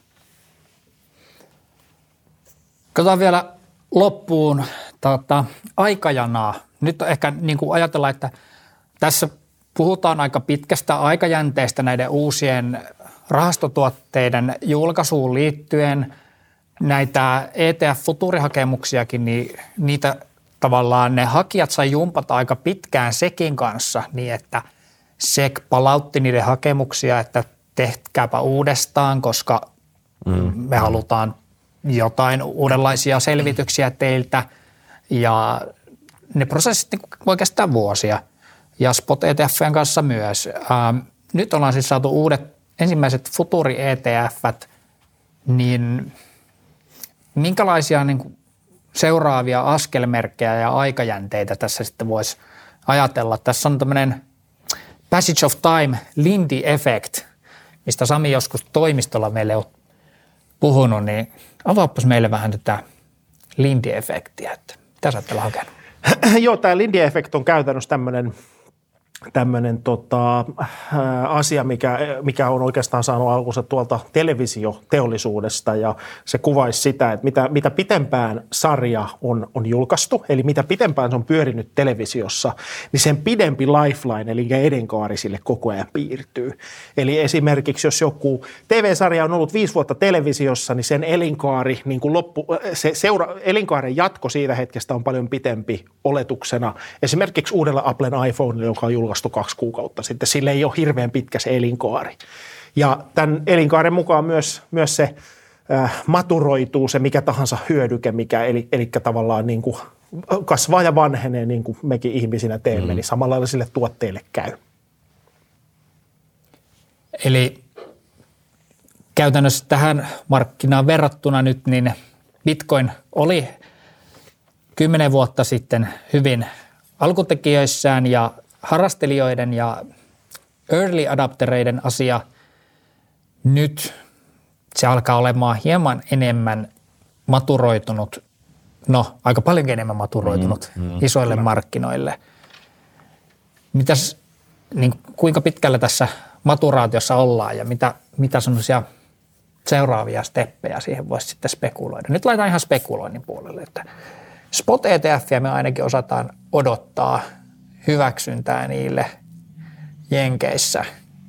[SPEAKER 1] Katsotaan vielä loppuun aikajanaa. Nyt ehkä niin kuin ajatellaan, että tässä puhutaan aika pitkästä aikajänteestä näiden uusien rahastotuotteiden julkaisuun liittyen. Näitä ETF-futuurihakemuksiakin, niin niitä tavallaan ne hakijat sai jumpata aika pitkään SECin kanssa niin, että SEC palautti niiden hakemuksia, että tehkääpä uudestaan, koska me halutaan jotain uudenlaisia selvityksiä teiltä ja ne prosessit voi kestää vuosia ja spot ETF:n kanssa myös. Nyt ollaan siis saatu uudet ensimmäiset futuri-ETF:t, niin minkälaisia niin kuin seuraavia askelmerkkejä ja aikajänteitä tässä sitten voisi ajatella? Tässä on tämmöinen passage of time Lindy effect, mistä Sami joskus toimistolla meille on puhunut, niin avaapas meille vähän tätä Lindy-efektiä, että mitä sä oot hakenut?
[SPEAKER 2] Joo, tämä Lindy-efekt on käytännössä tämmöinen asia, mikä on oikeastaan saanut alkunsa tuolta televisioteollisuudesta ja se kuvaisi sitä, että mitä pitempään sarja on julkaistu, eli mitä pitempään se on pyörinyt televisiossa, niin sen pidempi lifeline, eli elinkaari sille koko ajan piirtyy. Eli esimerkiksi jos joku TV-sarja on ollut 5 vuotta televisiossa, niin sen elinkaari, niin kuin elinkaaren jatko siitä hetkestä on paljon pitempi oletuksena. Esimerkiksi uudella Applen iPhonella, joka on julkaistu 2 kuukautta sitten. Sillä ei ole hirveän pitkä se elinkaari. Ja tämän elinkaaren mukaan myös se maturoituu se mikä tahansa hyödyke, eli tavallaan niin kuin kasvaa ja vanhenee niin kuin mekin ihmisinä teemme, niin samalla lailla sille tuotteille käy.
[SPEAKER 1] Eli käytännössä tähän markkinaan verrattuna nyt, niin Bitcoin oli 10 vuotta sitten hyvin alkutekijöissään ja harrastelijoiden ja early adaptereiden asia. Nyt se alkaa olemaan hieman enemmän maturoitunut, aika paljonkin enemmän maturoitunut isoille markkinoille. Kuinka pitkällä tässä maturaatiossa ollaan ja mitä semmoisia seuraavia steppejä siihen voisi sitten spekuloida? Nyt laitetaan ihan spekuloinnin puolelle, että spot ETF:iä me ainakin osataan odottaa hyväksyntää niille Jenkeissä.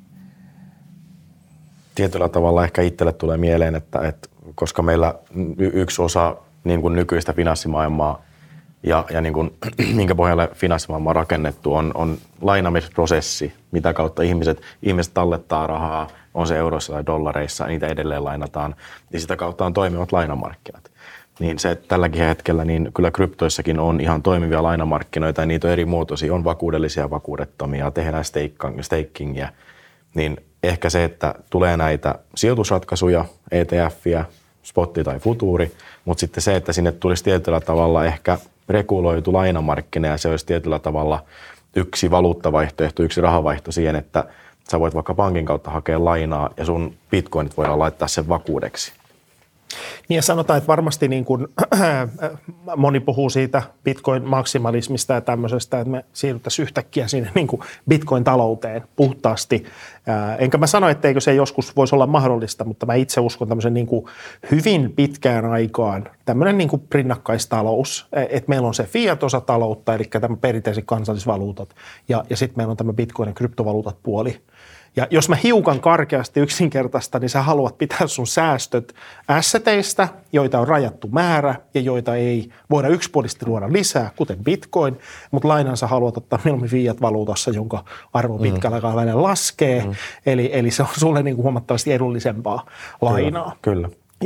[SPEAKER 3] Tietyllä tavalla ehkä itselle tulee mieleen, että koska meillä yksi osa niin kuin nykyistä finanssimaailmaa ja niin kuin, minkä pohjalle finanssimaailma on rakennettu, on lainaamisprosessi, mitä kautta ihmiset tallettaa rahaa, on se euroissa tai dollareissa, niitä edelleen lainataan, ja sitä kautta on toimivat lainamarkkinat. Niin se, että tälläkin hetkellä niin kyllä kryptoissakin on ihan toimivia lainamarkkinoita ja niitä on eri muotoisia, on vakuudellisia, vakuudettomia, tehdään stakingia, niin ehkä se, että tulee näitä sijoitusratkaisuja, ETF:iä, spotti tai futuuri, mutta sitten se, että sinne tulisi tietyllä tavalla ehkä reguloitu lainamarkkina ja se olisi tietyllä tavalla yksi valuuttavaihtoehto, yksi rahavaihto siihen, että sä voit vaikka pankin kautta hakea lainaa ja sun bitcoinit voidaan laittaa sen vakuudeksi.
[SPEAKER 2] Niin ja sanotaan, että varmasti niin kuin, moni puhuu siitä bitcoin-maksimalismista ja tämmöisestä, että me siirryttäisiin yhtäkkiä sinne niin kuin bitcoin-talouteen puhtaasti. Enkä mä sano, etteikö se joskus voisi olla mahdollista, mutta mä itse uskon tämmöisen niin kuin hyvin pitkään aikaan tämmöinen niin kuin rinnakkaistalous, että meillä on se fiat-osa taloutta, eli tämä perinteiset kansallisvaluutat ja sitten meillä on tämä bitcoin- ja kryptovaluutat puoli. Ja jos mä hiukan karkeasti yksinkertaista, niin sä haluat pitää sun säästöt asseteista, joita on rajattu määrä ja joita ei voida yksipuolisesti luoda lisää, kuten bitcoin, mutta lainan sä haluat ottaa mieluummin fiat-valuutassa, jonka arvo pitkällä aikavälillä laskee, eli se on sulle niin kuin huomattavasti edullisempaa lainaa.
[SPEAKER 3] Kyllä.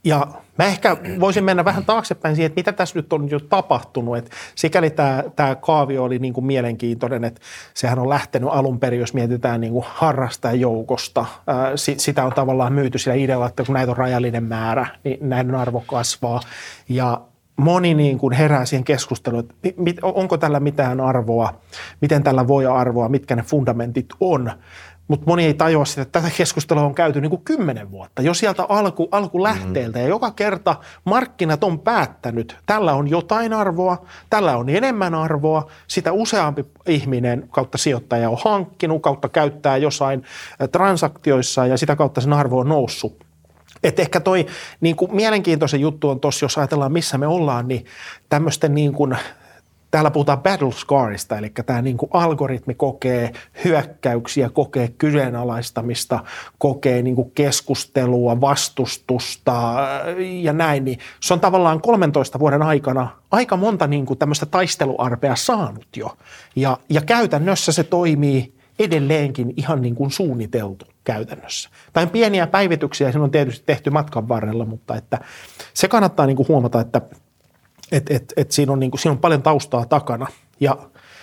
[SPEAKER 2] Ja mä ehkä voisin mennä vähän taaksepäin siihen, että mitä tässä nyt on jo tapahtunut. Että sikäli tämä kaavio oli niin kuin mielenkiintoinen, että sehän on lähtenyt alun perin, jos mietitään niin kuin harrastajajoukosta. Sitä on tavallaan myyty sillä idealla, että kun näitä on rajallinen määrä, niin näiden arvo kasvaa. Ja moni niin kuin herää siihen keskusteluun, että onko tällä mitään arvoa, miten tällä voi arvoa, mitkä ne fundamentit on. Mutta moni ei tajua sitä, että tätä keskustelua on käyty niin kuin 10 vuotta, jo sieltä alkulähteeltä. Ja joka kerta markkinat on päättänyt, tällä on jotain arvoa, tällä on enemmän arvoa, sitä useampi ihminen kautta sijoittaja on hankkinut, kautta käyttää jossain transaktioissa ja sitä kautta sen arvo on noussut. Että ehkä toi niin kuin mielenkiintoisen juttu on tuossa, jos ajatellaan missä me ollaan, niin tämmöisten niin kuin täällä puhutaan battle scarista, eli tämä niin kuin algoritmi kokee hyökkäyksiä, kokee kyseenalaistamista, kokee niin kuin keskustelua, vastustusta ja näin. Niin se on tavallaan 13 vuoden aikana aika monta niin kuin tämmöistä taisteluarpea saanut jo. Ja käytännössä se toimii edelleenkin ihan niin kuin suunniteltu käytännössä. Tai pieniä päivityksiä siinä on tietysti tehty matkan varrella, mutta että se kannattaa niin kuin huomata, että siinä on paljon taustaa takana. Ja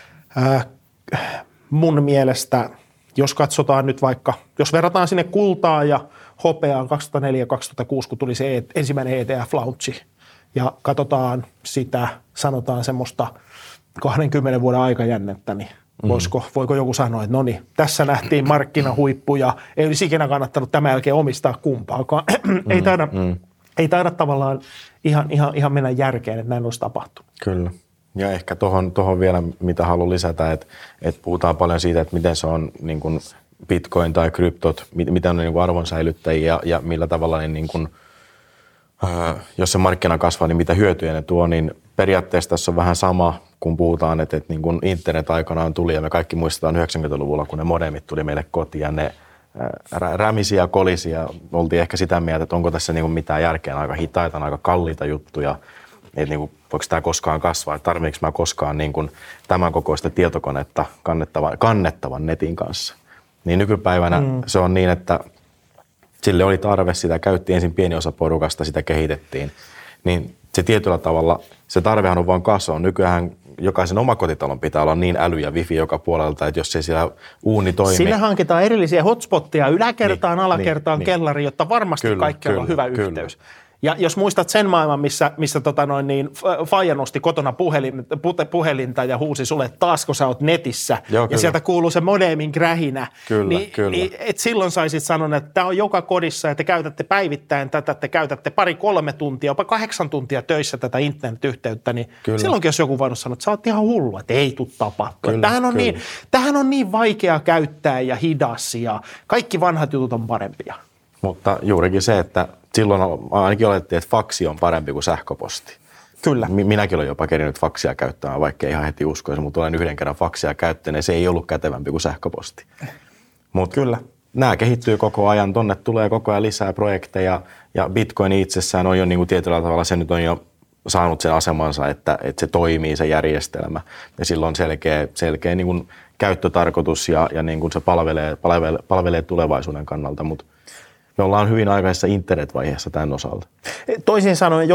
[SPEAKER 2] mun mielestä, jos katsotaan nyt vaikka, jos verrataan sinne kultaan ja hopeaan 2004-2006, kun tuli se ensimmäinen ETF-launchi, ja katsotaan sitä, sanotaan semmoista 20 vuoden aikajännettä, niin voiko joku sanoa, että no niin, tässä nähtiin markkinahuippu ja ei olisi ikinä kannattanut tämän jälkeen omistaa kumpaakaan. Ei taida tavallaan ihan mennä järkeen, että näin olisi tapahtunut.
[SPEAKER 3] Kyllä. Ja ehkä tuohon vielä, mitä haluan lisätä, että puhutaan paljon siitä, että miten se on niin kuin bitcoin tai kryptot, miten on niin kuin arvonsäilyttäjiä ja millä tavalla, niin kuin, jos se markkina kasvaa, niin mitä hyötyjä ne tuo, niin periaatteessa tässä on vähän sama, kun puhutaan, että niin kuin internet aikanaan tuli ja me kaikki muistetaan 90-luvulla, kun ne modemit tuli meille kotiin ja ne rämisiä ja kolisia. Oltiin ehkä sitä mieltä, että onko tässä niin kuin mitään järkeä, aika hitaita, aika kalliita juttuja, että niin kuin, voiko tämä koskaan kasvaa, että tarvitseeko mä koskaan niin kuin tämän kokoista tietokonetta kannettavan netin kanssa. Niin nykypäivänä se on niin, että sille oli tarve, sitä käytti ensin pieni osa porukasta, sitä kehitettiin, niin se tietyllä tavalla, se tarvehan on vaan kasvanut. Nykyään jokaisen omakotitalon pitää olla niin äly ja wifi joka puolelta, että jos ei siellä uuni toimi.
[SPEAKER 2] Sillä hankitaan erillisiä hotspotteja yläkertaan, alakertaan, kellariin, jotta varmasti kaikkialla on hyvä yhteys. Ja jos muistat sen maailman, missä faija nosti kotona puhelinta ja huusi sulle, että taasko sä oot netissä, ja sieltä kuuluu se modemin grähinä, niin et silloin saisit sanoa, että tämä on joka kodissa ja te käytätte päivittäin tätä, te käytätte 2-3 tuntia, jopa 8 tuntia töissä tätä internetyhteyttä, niin silloinkin jos joku voinut sanoa, että sä oot ihan hullu, että ei tule tapahtua. Tämähän on niin vaikea käyttää ja hidas ja kaikki vanhat jutut on parempia.
[SPEAKER 3] Mutta juurikin se, että silloin ainakin olettiin, että faksi on parempi kuin sähköposti.
[SPEAKER 2] Kyllä.
[SPEAKER 3] Minäkin olen jopa kerinyt faksia käyttämään, vaikka ihan heti uskoisi, mutta olen yhden kerran faksia käyttänyt ja se ei ollut kätevämpi kuin sähköposti. Mutta kyllä. Nämä kehittyy koko ajan, tonne tulee koko ajan lisää projekteja ja Bitcoin itsessään on jo niin kuin tietyllä tavalla, se nyt on jo saanut sen asemansa, että se toimii se järjestelmä ja silloin on selkeä niin kuin käyttötarkoitus ja niin kuin se palvelee tulevaisuuden kannalta, mutta me ollaan hyvin aikaisessa internetvaiheessa tämän osalta.
[SPEAKER 2] Toisin sanoen,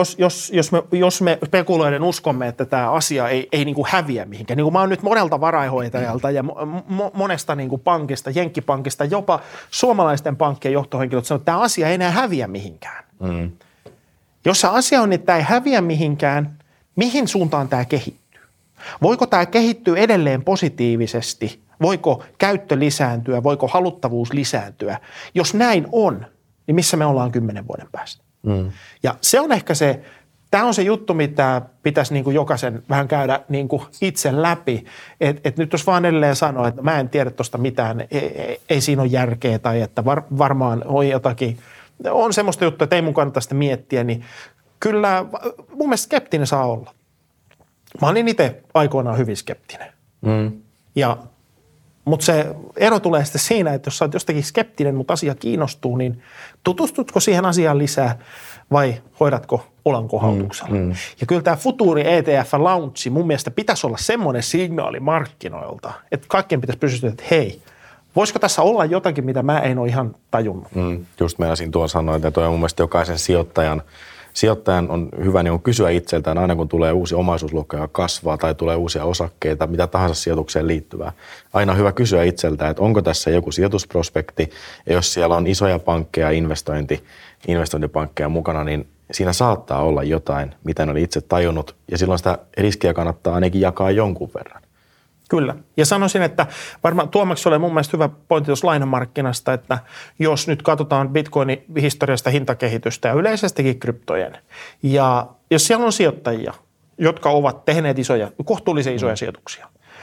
[SPEAKER 2] jos me spekuloiden uskomme, että tämä asia ei niin kuin häviä mihinkään, niin kuin mä oon nyt monelta varainhoitajalta ja monesta niin kuin pankista, Jenkkipankista, jopa suomalaisten pankkien johtohenkilöt sanoo, että tämä asia ei enää häviä mihinkään. Jos se asia on, että tämä ei häviä mihinkään, mihin suuntaan tämä kehittyy? Voiko tämä kehittyä edelleen positiivisesti? Voiko käyttö lisääntyä? Voiko haluttavuus lisääntyä? Jos näin on, niin missä me ollaan 10 vuoden päästä? Ja se on ehkä tämä on se juttu, mitä pitäisi niin kuin jokaisen vähän käydä niin kuin itse läpi. Et nyt jos vaan edelleen sanoo, että mä en tiedä tuosta mitään, ei siinä ole järkeä tai että varmaan on jotakin, on semmoista juttua, että ei mun kannata sitä miettiä, niin kyllä mun mielestä skeptinen saa olla. Mä olin itse aikoinaan hyvin skeptinen. Mutta se ero tulee sitten siinä, että jos sä oot jostakin skeptinen, mutta asia kiinnostuu, niin tutustutko siihen asiaan lisää vai hoidatko olankohautuksella? Ja kyllä tämä Futuri ETF-launchi mun mielestä pitäisi olla semmoinen signaali markkinoilta, että kaikkien pitäisi pysyä, että hei, Voisiko tässä olla jotakin, mitä mä en ole ihan tajunnut?
[SPEAKER 3] Just meinasin tuon sanoa, että toi on mun mielestä jokaisen sijoittajan on hyvä niin kysyä itseltään aina, kun tulee uusi omaisuusluokka, joka kasvaa tai tulee uusia osakkeita, mitä tahansa sijoitukseen liittyvää. Aina on hyvä kysyä itseltään, että onko tässä joku sijoitusprospekti, ja jos siellä on isoja pankkeja, investointipankkeja mukana, niin siinä saattaa olla jotain, mitä en ole itse tajunnut, ja silloin sitä riskiä kannattaa ainakin jakaa jonkun verran.
[SPEAKER 2] Kyllä. Ja sanoisin, että varmaan Tuomaksi oli mun mielestä hyvä pointti tuossa lainamarkkinasta, että jos nyt katsotaan Bitcoinin historiasta hintakehitystä ja yleisestikin kryptojen, ja jos siellä on sijoittajia, jotka ovat tehneet kohtuullisen isoja sijoituksia,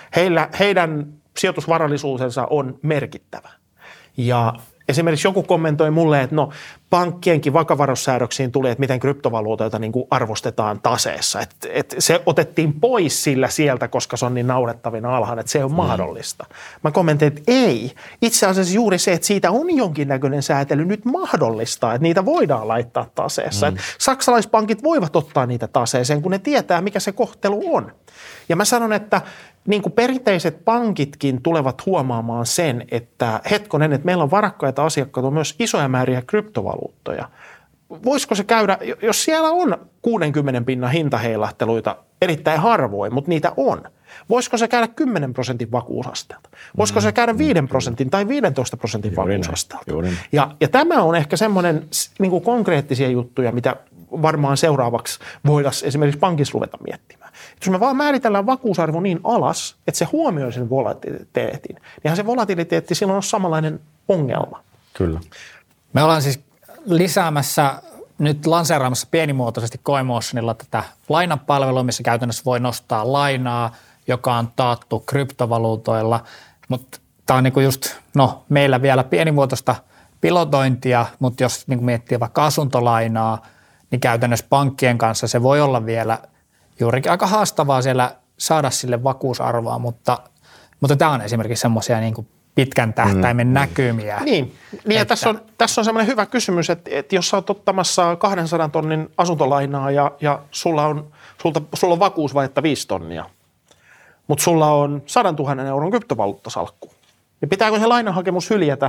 [SPEAKER 2] heidän sijoitusvarallisuutensa on merkittävä. Ja esimerkiksi joku kommentoi mulle, että no pankkienkin vakavaraisuussäädöksiin tuli, että miten kryptovaluutoita niin kuin arvostetaan taseessa. Että se otettiin pois sillä sieltä, koska se on niin naurettavin alhainen, että se on mahdollista. Mä kommentin, että ei. Itse asiassa juuri se, että siitä on jonkinnäköinen säätely nyt mahdollista, että niitä voidaan laittaa taseessa. Että saksalaispankit voivat ottaa niitä taseeseen, kun ne tietää, mikä se kohtelu on. Ja mä sanon, että niin kuin perinteiset pankitkin tulevat huomaamaan sen, että hetkonen, että meillä on varakkaita asiakkaita, on myös isoja määriä kryptovaluuttoja. Voisiko se käydä, jos siellä on 60% hintaheilahteluita erittäin harvoin, mutta niitä on. Voisiko se käydä 10% vakuusasteelta? Voisiko se käydä 5% tai 15% vakuusasteelta? Ja tämä on ehkä semmoinen niin kuin konkreettisia juttuja, mitä varmaan seuraavaksi voidaan esimerkiksi pankissa ruveta miettimään. Jos me vaan määritellään vakuusarvo niin alas, että se huomioi sen volatiliteetin, niin se volatiliteetti silloin on samanlainen ongelma.
[SPEAKER 3] Kyllä.
[SPEAKER 1] Me ollaan siis lisäämässä nyt lanseeraamassa pienimuotoisesti CoinMotionilla tätä lainapalvelua, missä käytännössä voi nostaa lainaa, joka on taattu kryptovaluutoilla, mutta tämä on niinku just, meillä vielä pienimuotoista pilotointia, mutta jos niinku miettii vaikka asuntolainaa, niin käytännössä pankkien kanssa se voi olla vielä juurikin aika haastavaa siellä saada sille vakuusarvoa, mutta tämä on esimerkiksi semmoisia niinku pitkän tähtäimen näkymiä.
[SPEAKER 2] Niin ja tässä on semmoinen hyvä kysymys, että jos sä oot ottamassa 200 tonnin asuntolainaa ja sulla on vakuusvajetta 5 tonnia, mutta sulla on 100 000 euron kryptovaluuttasalkku, niin pitääkö se lainahakemus hyljätä,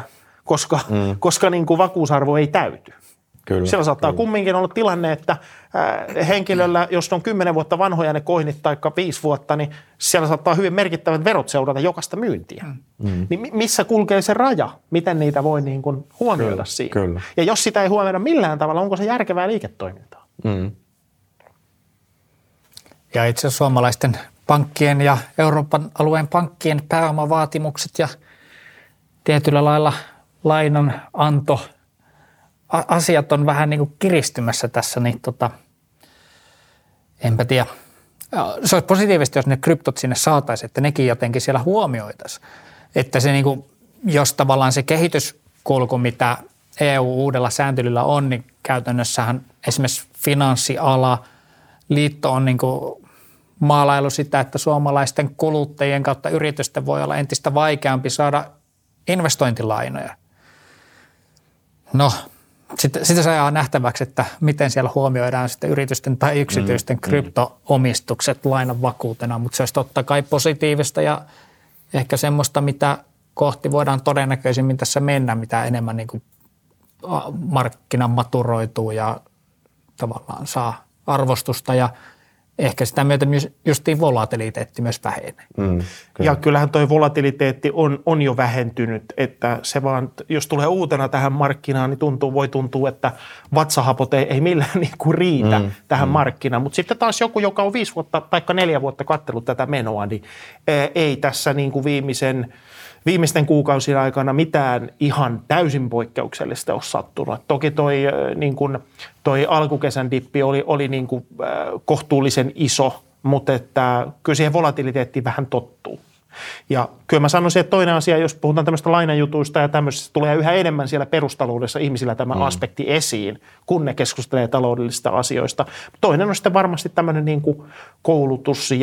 [SPEAKER 2] koska niin kuin vakuusarvo ei täyty?
[SPEAKER 3] Kyllä,
[SPEAKER 2] siellä saattaa kumminkin olla tilanne, että henkilöllä, jos on 10 vuotta vanhoja ne coinit tai 5 vuotta, niin siellä saattaa hyvin merkittävät verot seurata jokaista myyntiä. Niin missä kulkee se raja? Miten niitä voi niin kuin huomioida siinä?
[SPEAKER 3] Kyllä.
[SPEAKER 2] Ja jos sitä ei huomioida millään tavalla, onko se järkevää liiketoimintaa?
[SPEAKER 1] Ja itse asiassa suomalaisten pankkien ja Euroopan alueen pankkien pääomavaatimukset ja tietyllä lailla lainananto asiat on vähän niin kuin kiristymässä tässä, niin enpä tiedä. Se olisi positiivista, jos ne kryptot sinne saataisiin, että nekin jotenkin siellä huomioitaisiin. Että se niin kuin, jos tavallaan se kehityskulku, mitä EU uudella sääntelyllä on, niin käytännössähän esimerkiksi finanssiala, liitto on niin kuin maalailu sitä, että suomalaisten kuluttajien kautta yritysten voi olla entistä vaikeampi saada investointilainoja. No, sitä saa nähtäväksi, että miten siellä huomioidaan sitten yritysten tai yksityisten krypto-omistukset lainan vakuutena, mutta se olisi totta kai positiivista ja ehkä semmoista, mitä kohti voidaan todennäköisimmin tässä mennä, mitä enemmän niin kuin markkina maturoituu ja tavallaan saa arvostusta ja ehkä sitä myötä myös justiin volatiliteetti myös vähenee.
[SPEAKER 2] Ja kyllähän toi volatiliteetti on jo vähentynyt, että se vaan, jos tulee uutena tähän markkinaan, niin voi tuntua, että vatsahapot ei millään niin kuin riitä tähän markkinaan. Mutta sitten taas joku, joka on 5 vuotta tai 4 vuotta katsellut tätä menoa, niin ei tässä niin kuin viimeisten kuukausien aikana mitään ihan täysin poikkeuksellista ole sattunut. Toki toi alkukesän dippi oli niin kuin kohtuullisen iso, mutta että kyllä siihen volatiliteettiin vähän tottuu. Ja kyllä mä sanoisin, että toinen asia, jos puhutaan tämmöistä lainajutuista ja tämmöisestä, tulee yhä enemmän siellä perustaloudessa ihmisillä tämä aspekti esiin, kun ne keskustelee taloudellisista asioista. Toinen on sitten varmasti tämmöinen niin kuin koulutus ja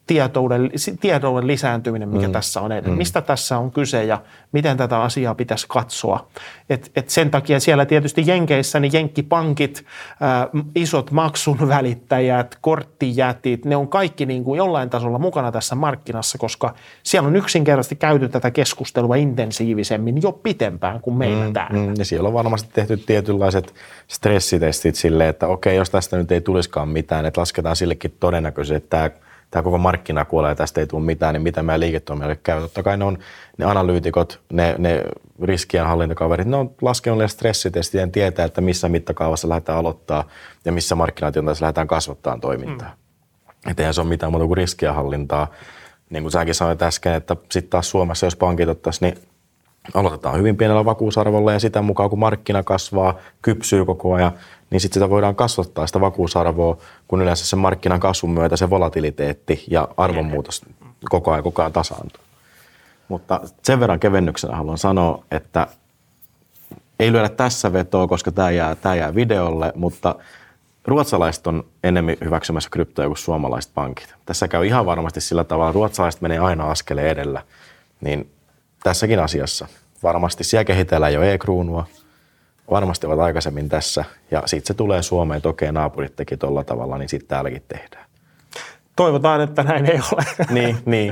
[SPEAKER 2] tietouden lisääntyminen, mikä tässä on edellä. Mistä tässä on kyse ja miten tätä asiaa pitäisi katsoa. Et sen takia siellä tietysti Jenkeissä niin jenkkipankit, isot maksun välittäjät, korttijätit, ne on kaikki niin kuin jollain tasolla mukana tässä markkinassa, koska siellä on yksinkertaisesti käyty tätä keskustelua intensiivisemmin jo pitempään kuin meillä täällä.
[SPEAKER 3] Ja siellä on varmasti tehty tietynlaiset stressitestit silleen, että okei, jos tästä nyt ei tulisikaan mitään, että lasketaan sillekin todennäköisesti, että tämä koko markkina kuolee ja tästä ei tule mitään, niin mitä meidän liiketoimijalle käy. Totta kai ne analyytikot, ne riskienhallintakaverit, ne on laskenut ne stressitestit ja tietää, että missä mittakaavassa lähdetään aloittaa ja missä markkinatilanteessa lähdetään kasvattamaan toimintaa. Että eihän se ole mitään muuta kuin riskienhallintaa. Niin kuin säkin sanoit äsken, että sitten taas Suomessa, jos pankit ottaisiin, niin aloitetaan hyvin pienellä vakuusarvolla ja sitä mukaan, kun markkina kasvaa, kypsyy koko ajan, niin sitten sitä voidaan kasvattaa sitä vakuusarvoa, kun yleensä sen markkinan kasvun myötä se volatiliteetti ja arvonmuutos koko ajan tasaantuu. Mutta sen verran kevennyksenä haluan sanoa, että ei lyödä tässä vetoa, koska tämä jää videolle, mutta ruotsalaiset on enemmän hyväksymässä kryptoja kuin suomalaiset pankit. Tässä käy ihan varmasti sillä tavalla, että ruotsalaiset menee aina askeleen edellä, niin tässäkin asiassa varmasti siellä kehitellään jo e-kruunua, varmasti ovat aikaisemmin tässä ja sitten se tulee Suomeen, että okei, naapurit teki tuolla tavalla, niin sitten täälläkin tehdään.
[SPEAKER 2] Toivotaan, että näin ei ole.
[SPEAKER 3] Niin.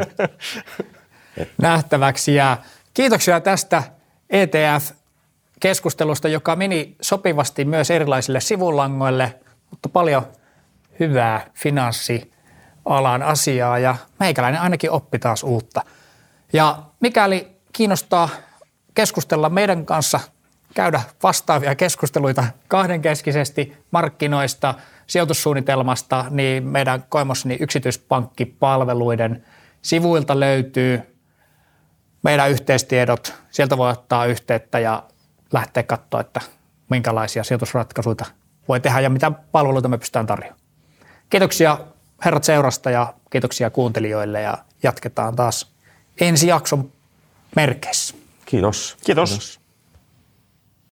[SPEAKER 1] Nähtäväksi jää. Kiitoksia tästä ETF-keskustelusta, joka meni sopivasti myös erilaisille sivulangoille, mutta paljon hyvää finanssialan asiaa ja meikäläinen ainakin oppi taas uutta. Ja mikäli kiinnostaa keskustella meidän kanssa, käydä vastaavia keskusteluita kahdenkeskisesti markkinoista, sijoitussuunnitelmasta, niin meidän Koimosni yksityispankkipalveluiden sivuilta löytyy meidän yhteistiedot. Sieltä voi ottaa yhteyttä ja lähteä katsoa, että minkälaisia sijoitusratkaisuja voi tehdä ja mitä palveluita me pystytään tarjoamaan. Kiitoksia herrat seurasta ja kiitoksia kuuntelijoille ja jatketaan taas ensi jakson merkeissä.
[SPEAKER 3] Kiitos.
[SPEAKER 2] Kiitos.